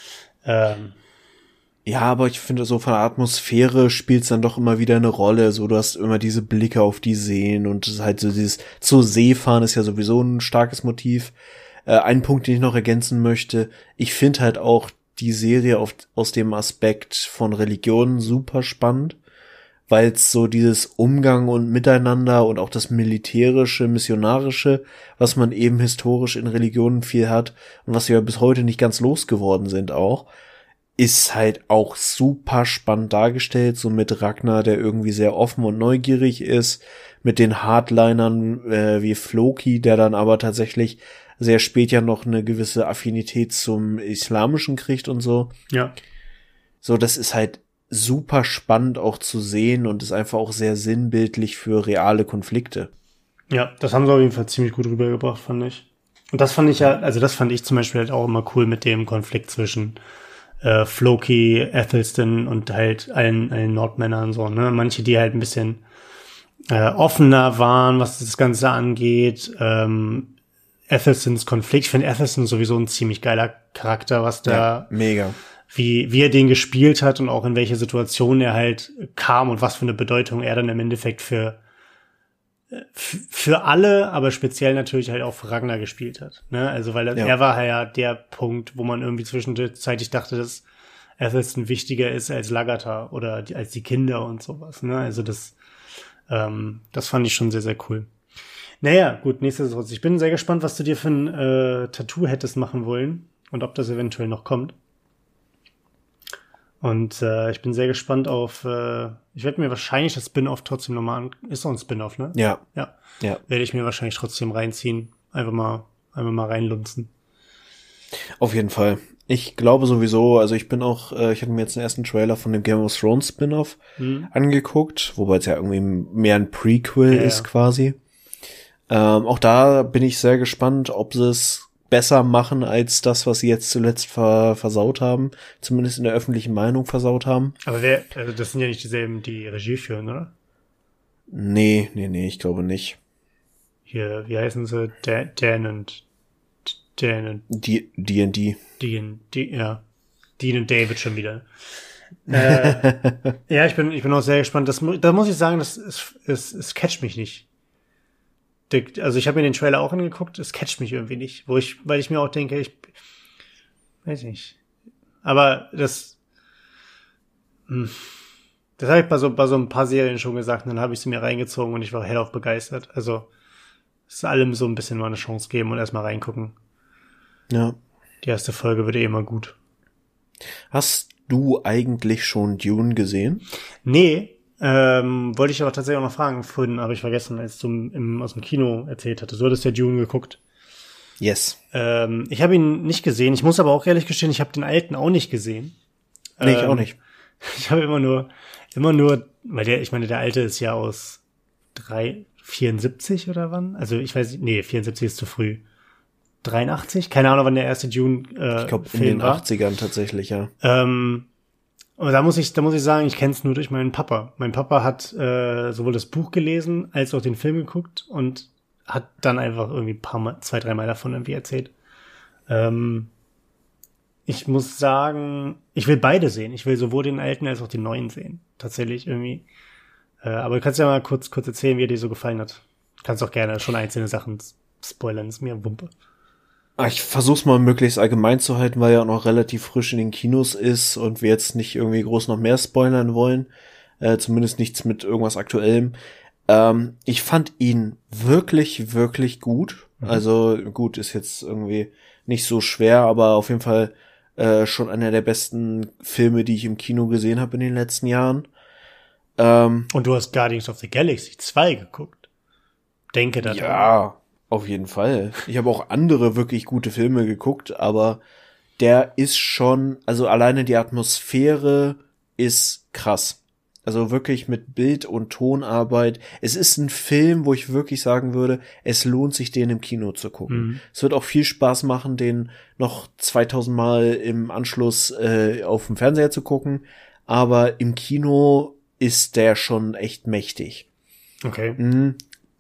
ähm, ja, aber ich finde, so von der Atmosphäre spielt es dann doch immer wieder eine Rolle. So, du hast immer diese Blicke auf die Seen und es ist halt so dieses zur See fahren ist ja sowieso ein starkes Motiv. Äh, ein Punkt, den ich noch ergänzen möchte, ich finde halt auch die Serie auf, aus dem Aspekt von Religion super spannend, weil es so dieses Umgang und Miteinander und auch das militärische, missionarische, was man eben historisch in Religionen viel hat und was wir bis heute nicht ganz losgeworden sind auch, ist halt auch super spannend dargestellt, so mit Ragnar, der irgendwie sehr offen und neugierig ist, mit den Hardlinern äh, wie Floki, der dann aber tatsächlich sehr spät ja noch eine gewisse Affinität zum Islamischen kriegt und so. Ja. So, das ist halt super spannend auch zu sehen und ist einfach auch sehr sinnbildlich für reale Konflikte. Ja, das haben sie auf jeden Fall ziemlich gut rübergebracht, fand ich. Und das fand ich ja, also das fand ich zum Beispiel halt auch immer cool mit dem Konflikt zwischen äh, Floki, Athelstan und halt allen, allen Nordmännern so, ne? Manche, die halt ein bisschen äh, offener waren, was das Ganze angeht. Ähm, Athelstans Konflikt, ich finde Athelstan sowieso ein ziemlich geiler Charakter, was da, Ja, mega. wie, wie er den gespielt hat und auch in welche Situation er halt kam und was für eine Bedeutung er dann im Endeffekt für für alle, aber speziell natürlich halt auch für Ragnar gespielt hat. Ne? Also weil er, Ja. er war ja der Punkt, wo man irgendwie zwischenzeitlich dachte, dass Athelstan wichtiger ist als Lagatar oder die, als die Kinder und sowas. Ne? Also das, ähm, das fand ich schon sehr, sehr cool. Naja, gut, nichtsdestotrotz. Ich bin sehr gespannt, was du dir für ein äh, Tattoo hättest machen wollen und ob das eventuell noch kommt. Und äh, ich bin sehr gespannt auf, äh, ich werde mir wahrscheinlich das Spin-Off trotzdem nochmal an, ist doch ein Spin-Off, ne? Ja. Ja. Ja. Werde ich mir wahrscheinlich trotzdem reinziehen. Einfach mal, einfach mal reinlunzen. Auf jeden Fall. Ich glaube sowieso, also ich bin auch, äh, ich hatte mir jetzt den ersten Trailer von dem Game of Thrones Spin-Off Mhm. angeguckt, wobei es ja irgendwie mehr ein Prequel Ja, ist ja. quasi. Ähm, auch da bin ich sehr gespannt, ob sie es besser machen als das, was sie jetzt zuletzt ver- versaut haben, zumindest in der öffentlichen Meinung versaut haben. Aber wer, also das sind ja nicht dieselben, die Regie führen, oder? Nee, nee, nee, ich glaube nicht. Hier, wie heißen sie? Da- Dan und Dan und Die D and D. Dean, die, ja. Dean und David schon wieder. äh, ja, ich bin, ich bin auch sehr gespannt. Das, mu- da muss ich sagen, das es, es, es catcht mich nicht. Der, also ich habe mir den Trailer auch angeguckt, es catcht mich irgendwie nicht, wo ich, weil ich mir auch denke, ich weiß nicht. Aber das, hm, das habe ich bei so, bei so ein paar Serien schon gesagt, und dann habe ich sie mir reingezogen und ich war hellauf begeistert. Also es allem so ein bisschen mal eine Chance geben und erstmal reingucken. Ja. Die erste Folge wird eh immer gut. Hast du eigentlich schon Dune gesehen? Nee, ähm, wollte ich aber tatsächlich auch noch fragen. Vorhin habe ich vergessen, als du im, aus dem Kino erzählt hattest. Du hattest ja Dune geguckt. Yes. Ähm, ich habe ihn nicht gesehen. Ich muss aber auch ehrlich gestehen, ich habe den alten auch nicht gesehen. Nee, ich Ähm, auch nicht. Ich habe immer nur, immer nur, weil der, ich meine, der alte ist ja aus drei, vierundsiebzig oder wann? Also ich weiß nicht, nee, vierundsiebzig ist zu früh. dreiundachtzig? Keine Ahnung, wann der erste Dune-Film Ich glaube in Film den war. achtzigern tatsächlich, ja. Ähm, und da muss ich, da muss ich sagen, ich kenne es nur durch meinen Papa. Mein Papa hat äh, sowohl das Buch gelesen als auch den Film geguckt und hat dann einfach irgendwie ein paar Mal, zwei, dreimal davon irgendwie erzählt. Ähm, ich muss sagen, ich will beide sehen. Ich will sowohl den alten als auch den neuen sehen. Tatsächlich irgendwie. Äh, aber du kannst ja mal kurz, kurz erzählen, wie er dir so gefallen hat. Du kannst auch gerne schon einzelne Sachen spoilern, ist mir Wumpe. Ah, Ich versuch's mal möglichst allgemein zu halten, weil er auch noch relativ frisch in den Kinos ist und wir jetzt nicht irgendwie groß noch mehr spoilern wollen. Äh, zumindest nichts mit irgendwas Aktuellem. Ähm, ich fand ihn wirklich, wirklich gut. Mhm. Also gut, ist jetzt irgendwie nicht so schwer, aber auf jeden Fall äh, schon einer der besten Filme, die ich im Kino gesehen habe in den letzten Jahren. Ähm, Und du hast Guardians of the Galaxy zwei geguckt. Denke da dran. Ja, auf jeden Fall. Ich habe auch andere wirklich gute Filme geguckt, aber der ist schon, also alleine die Atmosphäre ist krass. Also wirklich mit Bild- und Tonarbeit. Es ist ein Film, wo ich wirklich sagen würde, es lohnt sich, den im Kino zu gucken. Mhm. Es wird auch viel Spaß machen, den noch zweitausend Mal im Anschluss äh, auf dem Fernseher zu gucken. Aber im Kino ist der schon echt mächtig. Okay. Mhm.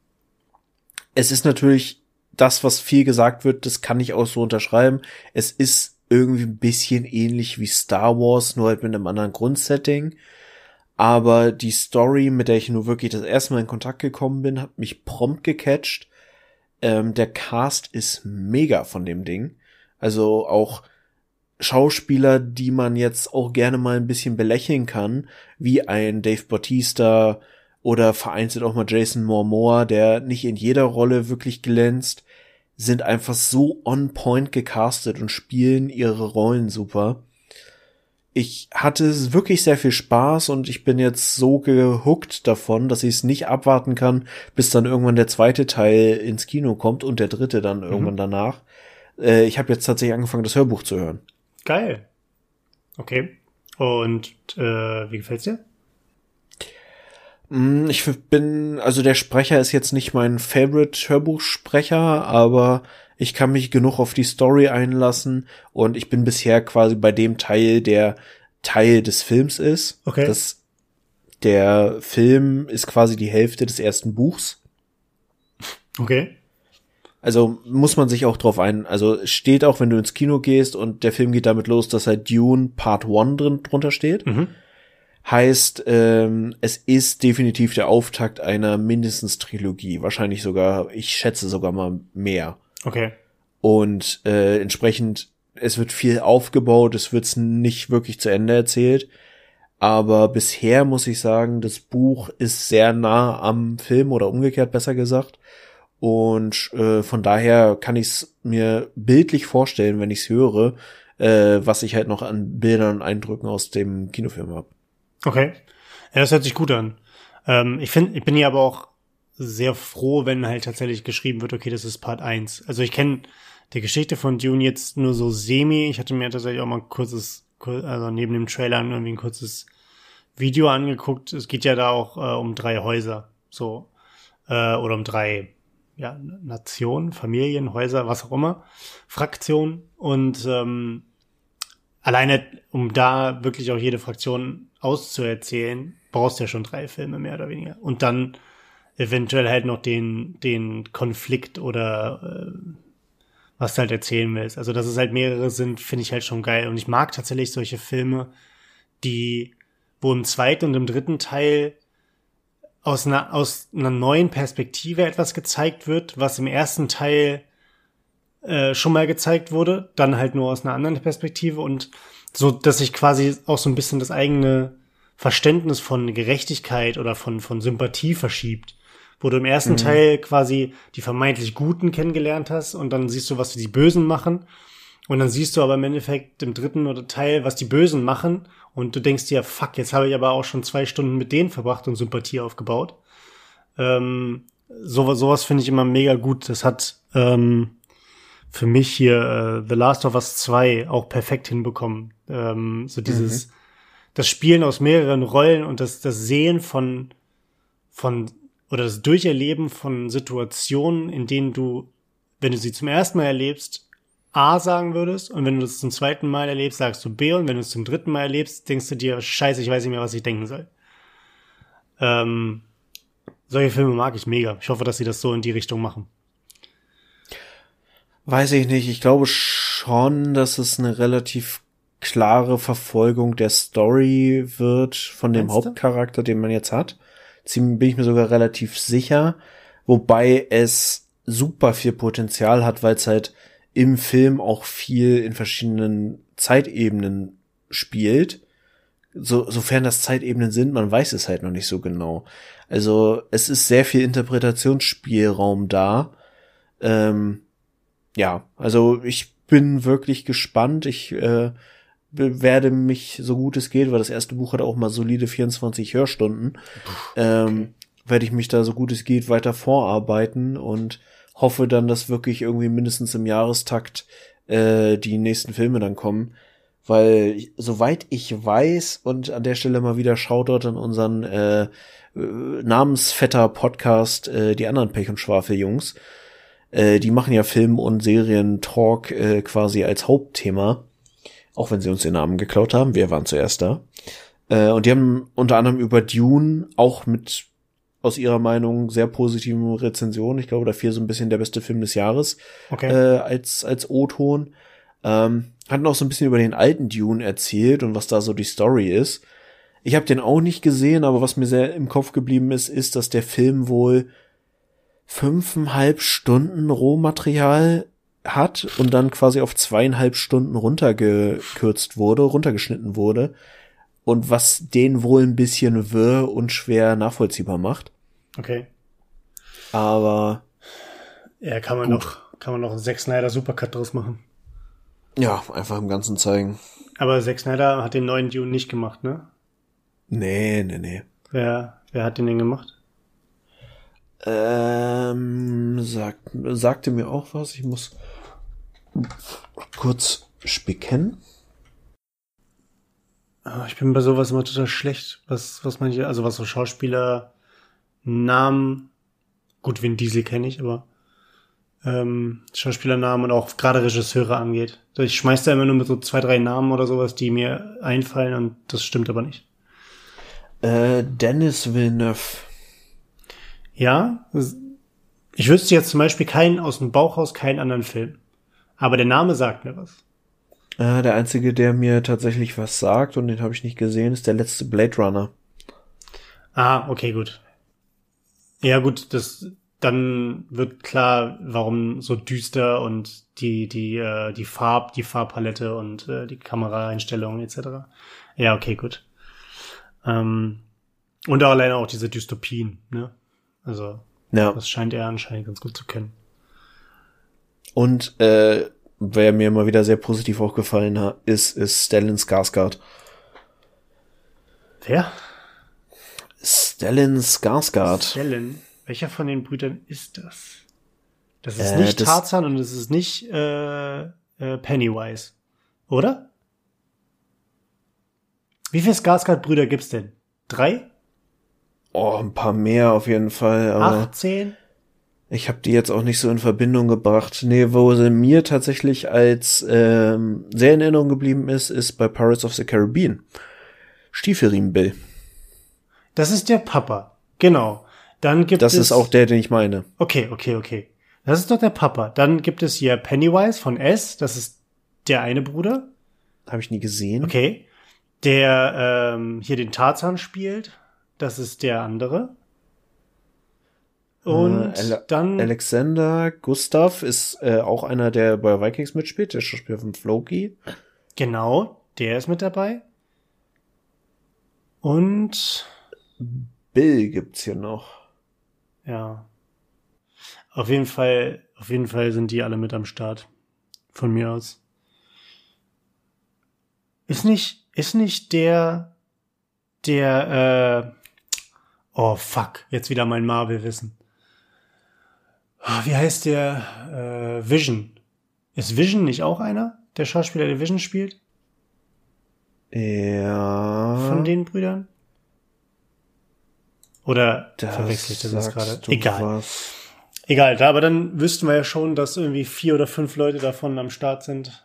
Es ist natürlich das, was viel gesagt wird, das kann ich auch so unterschreiben. Es ist irgendwie ein bisschen ähnlich wie Star Wars, nur halt mit einem anderen Grundsetting. Aber die Story, mit der ich nur wirklich das erste Mal in Kontakt gekommen bin, hat mich prompt gecatcht. Ähm, der Cast ist mega von dem Ding. Also auch Schauspieler, die man jetzt auch gerne mal ein bisschen belächeln kann, wie ein Dave Bautista oder vereinzelt auch mal Jason Momoa, der nicht in jeder Rolle wirklich glänzt, sind einfach so on point gecastet und spielen ihre Rollen super. ich hatte wirklich sehr viel Spaß und ich bin jetzt so gehuckt davon, dass ich es nicht abwarten kann, bis dann irgendwann der zweite Teil ins Kino kommt und der dritte dann irgendwann mhm. danach. Äh, ich habe jetzt tatsächlich angefangen, das Hörbuch zu hören. Geil. Okay. Und äh, wie gefällt's dir? Ich bin, also der Sprecher ist jetzt nicht mein Favorite-Hörbuchsprecher, aber ich kann mich genug auf die Story einlassen und ich bin bisher quasi bei dem Teil, der Teil des Films ist. Okay. Das, der Film ist quasi die Hälfte des ersten Buchs. Okay. Also muss man sich auch drauf ein, also es steht auch, wenn du ins Kino gehst und der Film geht damit los, dass halt Dune Part eins drin drunter steht. Mhm. Heißt, ähm, es ist definitiv der Auftakt einer mindestens Trilogie. Wahrscheinlich sogar, ich schätze sogar mal mehr. Okay. Und äh, entsprechend, es wird viel aufgebaut, es wird nicht wirklich zu Ende erzählt. Aber bisher muss ich sagen, das Buch ist sehr nah am Film oder umgekehrt besser gesagt. Und äh, von daher kann ich es mir bildlich vorstellen, wenn ich es höre, äh, was ich halt noch an Bildern und Eindrücken aus dem Kinofilm habe. Okay. Ja, das hört sich gut an. Ähm, ich finde, ich bin ja aber auch sehr froh, wenn halt tatsächlich geschrieben wird, okay, das ist Part eins. Also ich kenne die Geschichte von Dune jetzt nur so semi. Ich hatte mir tatsächlich auch mal ein kurzes, also neben dem Trailer irgendwie ein kurzes Video angeguckt. Es geht ja da auch äh, um drei Häuser, so, äh, oder um drei, ja, Nationen, Familien, Häuser, was auch immer, Fraktionen. Und ähm, alleine, um da wirklich auch jede Fraktion auszuerzählen, brauchst du ja schon drei Filme, mehr oder weniger. Und dann eventuell halt noch den den Konflikt oder äh, was du halt erzählen willst. Also, dass es halt mehrere sind, finde ich halt schon geil. Und ich mag tatsächlich solche Filme, die, wo im zweiten und im dritten Teil aus einer, aus einer neuen Perspektive etwas gezeigt wird, was im ersten Teil äh, schon mal gezeigt wurde, dann halt nur aus einer anderen Perspektive und so, dass sich quasi auch so ein bisschen das eigene Verständnis von Gerechtigkeit oder von von Sympathie verschiebt. Wo du im ersten mhm. Teil quasi die vermeintlich Guten kennengelernt hast und dann siehst du, was die Bösen machen. Und dann siehst du aber im Endeffekt im dritten oder Teil, was die Bösen machen. Und du denkst dir, fuck, jetzt habe ich aber auch schon zwei Stunden mit denen verbracht und Sympathie aufgebaut. Ähm, sowas sowas finde ich immer mega gut. Das hat ähm, für mich hier äh, The Last of Us zwei auch perfekt hinbekommen. Ähm, so dieses, mhm. das Spielen aus mehreren Rollen und das, das Sehen von, von, oder das Durcherleben von Situationen, in denen du, wenn du sie zum ersten Mal erlebst, A sagen würdest und wenn du das zum zweiten Mal erlebst, sagst du B und wenn du es zum dritten Mal erlebst, denkst du dir, scheiße, ich weiß nicht mehr, was ich denken soll. Ähm, solche Filme mag ich mega. Ich hoffe, dass sie das so in die Richtung machen. Weiß ich nicht. Ich glaube schon, dass es eine relativ klare Verfolgung der Story wird von dem Meinst Hauptcharakter, du? Den man jetzt hat. Bin ich mir sogar relativ sicher. Wobei es super viel Potenzial hat, weil es halt im Film auch viel in verschiedenen Zeitebenen spielt. So, sofern das Zeitebenen sind, man weiß es halt noch nicht so genau. Also es ist sehr viel Interpretationsspielraum da. Ähm, ja, also ich bin wirklich gespannt. Ich äh, werde mich, so gut es geht, weil das erste Buch hat auch mal solide vierundzwanzig Hörstunden, ähm, okay. werde ich mich da so gut es geht weiter vorarbeiten und hoffe dann, dass wirklich irgendwie mindestens im Jahrestakt äh, die nächsten Filme dann kommen. Weil, soweit ich weiß, und an der Stelle mal wieder Shoutout an unseren äh, Namensvetter-Podcast, äh, die anderen Pech- und Schwafel-Jungs, äh, die machen ja Film- und Serien-Talk äh, quasi als Hauptthema, auch wenn sie uns den Namen geklaut haben, wir waren zuerst da. Äh, und die haben unter anderem über Dune auch mit aus ihrer Meinung sehr positiven Rezensionen, ich glaube, dafür so ein bisschen der beste Film des Jahres, okay. äh, als als O-Ton. Ähm, hatten auch so ein bisschen über den alten Dune erzählt und was da so die Story ist. Ich habe den auch nicht gesehen, aber was mir sehr im Kopf geblieben ist, ist, dass der Film wohl fünfeinhalb Stunden Rohmaterial hat und dann quasi auf zweieinhalb Stunden runtergekürzt wurde, runtergeschnitten wurde. Und was den wohl ein bisschen wirr und schwer nachvollziehbar macht. Okay. Aber ja, kann man gut. noch, kann man noch einen Zack Snyder Supercut draus machen. Ja, einfach im Ganzen zeigen. Aber Zack Snyder hat den neuen Dune nicht gemacht, ne? Nee, nee, nee. Wer, wer hat den denn gemacht? Ähm, sagt, sagte mir auch was. Ich muss kurz spicken. Ich bin bei sowas immer total schlecht, was, was manche, also was so Schauspieler, Namen, gut, Vin Diesel kenne ich, aber ähm, Schauspielernamen und auch gerade Regisseure angeht. Ich schmeiß da immer nur mit so zwei, drei Namen oder sowas, die mir einfallen und das stimmt aber nicht. Äh, Denis Villeneuve. Ja, ich wüsste jetzt zum Beispiel keinen aus dem Bauchhaus, keinen anderen Film. Aber der Name sagt mir was. Äh, der einzige, der mir tatsächlich was sagt, und den habe ich nicht gesehen, ist der letzte Blade Runner. Ah, okay, gut. Ja, gut, das dann wird klar, warum so düster und die die äh, die Farb, die Farbpalette und äh, die Kameraeinstellungen et cetera. Ja, okay, gut. Ähm, und auch alleine auch diese Dystopien, ne? Also, ja. Das scheint er anscheinend ganz gut zu können. Und äh, wer mir immer wieder sehr positiv aufgefallen hat, ist, ist Stellan Skarsgård. Wer? Stellan Skarsgård. Stellan? Welcher von den Brüdern ist das? Das ist Äh, nicht das- Tarzan und es ist nicht äh, äh, Pennywise, oder? Wie viele Skarsgård-Brüder gibt's denn? Drei? Oh, ein paar mehr auf jeden Fall. Aber Acht, zehn? ich habe die jetzt auch nicht so in Verbindung gebracht. Nee, wo sie mir tatsächlich als ähm, sehr in Erinnerung geblieben ist, ist bei Pirates of the Caribbean. Stiefelriemen Bill. Das ist der Papa. Genau. Dann gibt Das es... ist auch der, den ich meine. Okay, okay, okay. Das ist doch der Papa. Dann gibt es hier Pennywise von S. Das ist der eine Bruder. Habe ich nie gesehen. Okay. Der ähm, hier den Tarzan spielt. Das ist der andere. Und Äh, Ale- dann... Alexander Gustav ist äh, auch einer, der bei Vikings mitspielt, der Schauspieler von Floki. Genau, der ist mit dabei. Und Bill gibt's hier noch. ja. Auf jeden Fall, auf jeden Fall sind die alle mit am Start. Von mir aus. Ist nicht, ist nicht der, der, äh, oh fuck, jetzt wieder mein Marvel-Wissen. Oh, wie heißt der, äh, Vision? Ist Vision nicht auch einer? Der Schauspieler, der Vision spielt? Ja. Von den Brüdern? Oder Das verwechsel ich das jetzt sagst gerade? du Egal. was. Egal, da, aber dann wüssten wir ja schon, dass irgendwie vier oder fünf Leute davon am Start sind.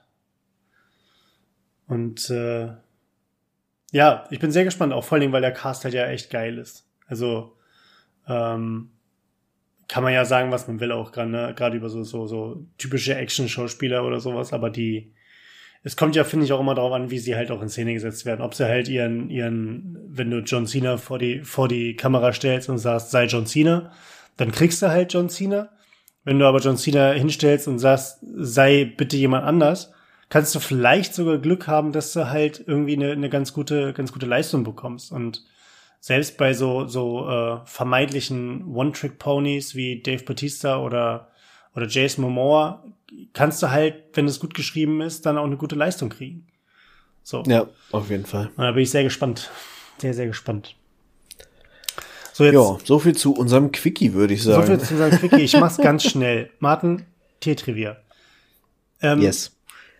Und äh, ja, ich bin sehr gespannt, auch vor allen Dingen, weil der Cast halt ja echt geil ist. Also ähm, kann man ja sagen, was man will, auch gerade ne? gerade über so so so typische Action-Schauspieler oder sowas, aber die es kommt ja, finde ich, auch immer darauf an, wie sie halt auch in Szene gesetzt werden. Ob sie halt ihren, ihren, wenn du John Cena vor die, vor die Kamera stellst und sagst, sei John Cena, dann kriegst du halt John Cena. Wenn du aber John Cena hinstellst und sagst, sei bitte jemand anders, kannst du vielleicht sogar Glück haben, dass du halt irgendwie eine, eine ganz gute, ganz gute Leistung bekommst. Und selbst bei so, so äh, vermeintlichen One-Trick-Ponys wie Dave Bautista oder oder Jason Momoa, kannst du halt, wenn es gut geschrieben ist, dann auch eine gute Leistung kriegen. So. Ja, auf jeden Fall. Und da bin ich sehr gespannt. Sehr, sehr gespannt. So, jetzt. Ja, so viel zu unserem Quickie, würde ich sagen. So viel zu unserem Quickie. Ich mach's ganz schnell. Martin, T-Trivia. Ähm, yes.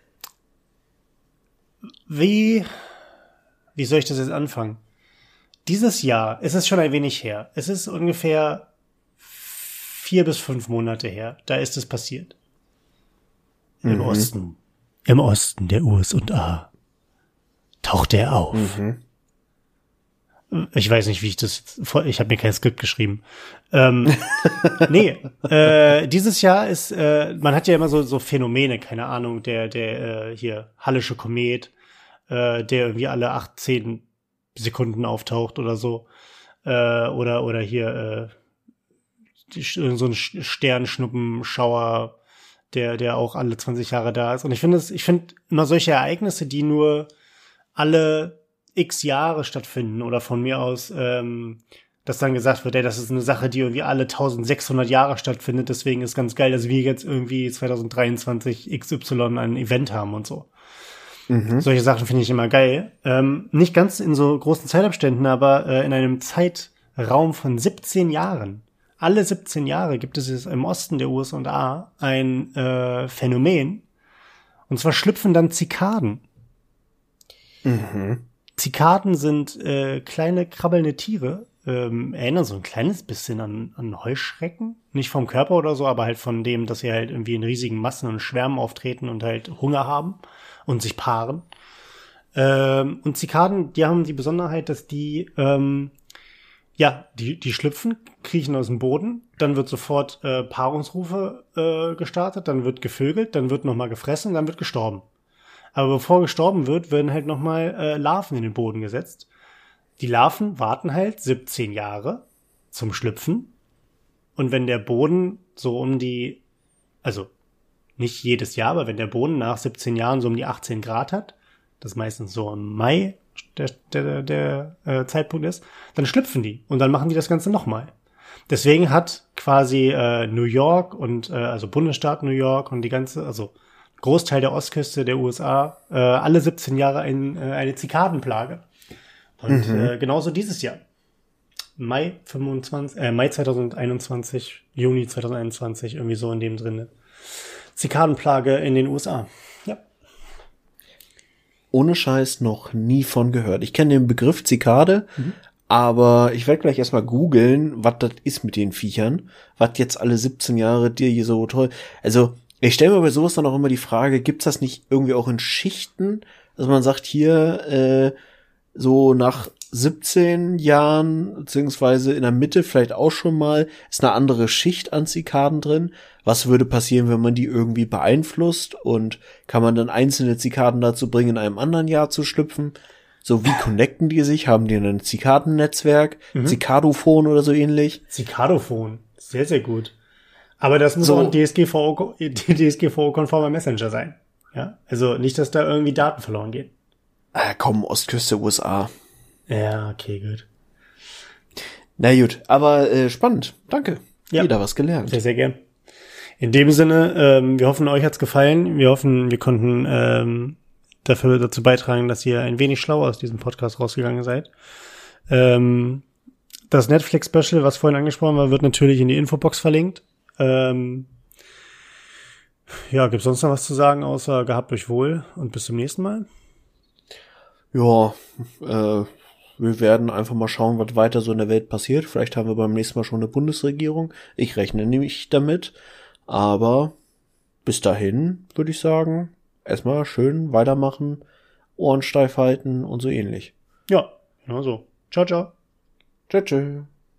Wie, wie soll ich das jetzt anfangen? Dieses Jahr, es ist schon ein wenig her. Es ist ungefähr vier bis fünf Monate her. Da ist es passiert. Im Mhm. Osten. Im Osten der U S A tauchte er auf. Mhm. Ich weiß nicht, wie ich das, ich habe mir kein Skript geschrieben. Ähm, nee, äh, dieses Jahr ist, äh, man hat ja immer so so Phänomene, keine Ahnung, der der äh, hier Hallische Komet, äh, der irgendwie alle achtzehn Sekunden auftaucht oder so, äh, oder oder hier äh, die, so ein Sternschnuppenschauer, der der auch alle zwanzig Jahre da ist. Und ich finde es, ich finde immer solche Ereignisse, die nur alle x Jahre stattfinden oder von mir aus, ähm, dass dann gesagt wird, ey, das ist eine Sache, die irgendwie alle eintausendsechshundert Jahre stattfindet, deswegen ist ganz geil, dass wir jetzt irgendwie zwanzig dreiundzwanzig X Y ein Event haben und so. Mhm. Solche Sachen finde ich immer geil. Ähm, nicht ganz in so großen Zeitabständen, aber äh, in einem Zeitraum von siebzehn Jahren. Alle siebzehn Jahre gibt es im Osten der U S A ein äh, Phänomen. Und zwar schlüpfen dann Zikaden. Mhm. Zikaden sind äh, kleine krabbelnde Tiere, ähm, erinnern so ein kleines bisschen an, an Heuschrecken. Nicht vom Körper oder so, aber halt von dem, dass sie halt irgendwie in riesigen Massen und Schwärmen auftreten und halt Hunger haben und sich paaren. Ähm, und Zikaden, die haben die Besonderheit, dass die, ähm, ja, die, die schlüpfen, kriechen aus dem Boden, dann wird sofort äh, Paarungsrufe äh, gestartet, dann wird gevögelt, dann wird nochmal gefressen, dann wird gestorben. Aber bevor gestorben wird, werden halt nochmal äh, Larven in den Boden gesetzt. Die Larven warten halt siebzehn Jahre zum Schlüpfen. Und wenn der Boden so um die, also nicht jedes Jahr, aber wenn der Boden nach siebzehn Jahren so um die achtzehn Grad hat, das meistens so im Mai der, der, der äh, Zeitpunkt ist, dann schlüpfen die und dann machen die das Ganze nochmal. Deswegen hat quasi äh, New York und äh, also Bundesstaat New York und die ganze, also Großteil der Ostküste der U S A, äh, alle siebzehn Jahre ein, äh, eine Zikadenplage. Und mhm. äh, genauso dieses Jahr. Mai fünfundzwanzig, äh, Mai zweitausendeinundzwanzig, Juni zweitausendeinundzwanzig, irgendwie so in dem drinne. Zikadenplage in den U S A. Ja. Ohne Scheiß noch nie von gehört. Ich kenne den Begriff Zikade, mhm. aber ich werde gleich erstmal googeln, was das ist mit den Viechern. Was jetzt alle siebzehn Jahre dir hier so toll. Also, ich stelle mir bei sowas dann auch immer die Frage, gibt's das nicht irgendwie auch in Schichten? Dass man sagt, hier, äh, so nach siebzehn Jahren, beziehungsweise in der Mitte vielleicht auch schon mal, ist eine andere Schicht an Zikaden drin. Was würde passieren, wenn man die irgendwie beeinflusst? Und kann man dann einzelne Zikaden dazu bringen, in einem anderen Jahr zu schlüpfen? So, wie connecten die sich? Haben die ein Zikadennetzwerk? Mhm. Zikadophon oder so ähnlich? Zikadophon. Sehr, sehr gut. Aber das muss so auch ein D S G V O, D S G V O-konformer Messenger sein. Ja, also nicht, dass da irgendwie Daten verloren gehen. Ah, komm, Ostküste U S A. Ja, okay, gut. Na gut, aber äh, spannend. Danke. Ja. Wieder was gelernt. Sehr, sehr gern. In dem Sinne, ähm, wir hoffen, euch hat's gefallen. Wir hoffen, wir konnten ähm, dafür dazu beitragen, dass ihr ein wenig schlauer aus diesem Podcast rausgegangen seid. Ähm, das Netflix-Special, was vorhin angesprochen war, wird natürlich in die Infobox verlinkt. Ähm, ja, gibt's sonst noch was zu sagen, außer gehabt euch wohl und bis zum nächsten Mal? Ja, äh, wir werden einfach mal schauen, was weiter so in der Welt passiert. Vielleicht haben wir beim nächsten Mal schon eine Bundesregierung. Ich rechne nämlich damit. Aber bis dahin würde ich sagen, erstmal schön weitermachen, Ohren steif halten und so ähnlich. Ja, genau so. Ciao, ciao. Tschö, tschö.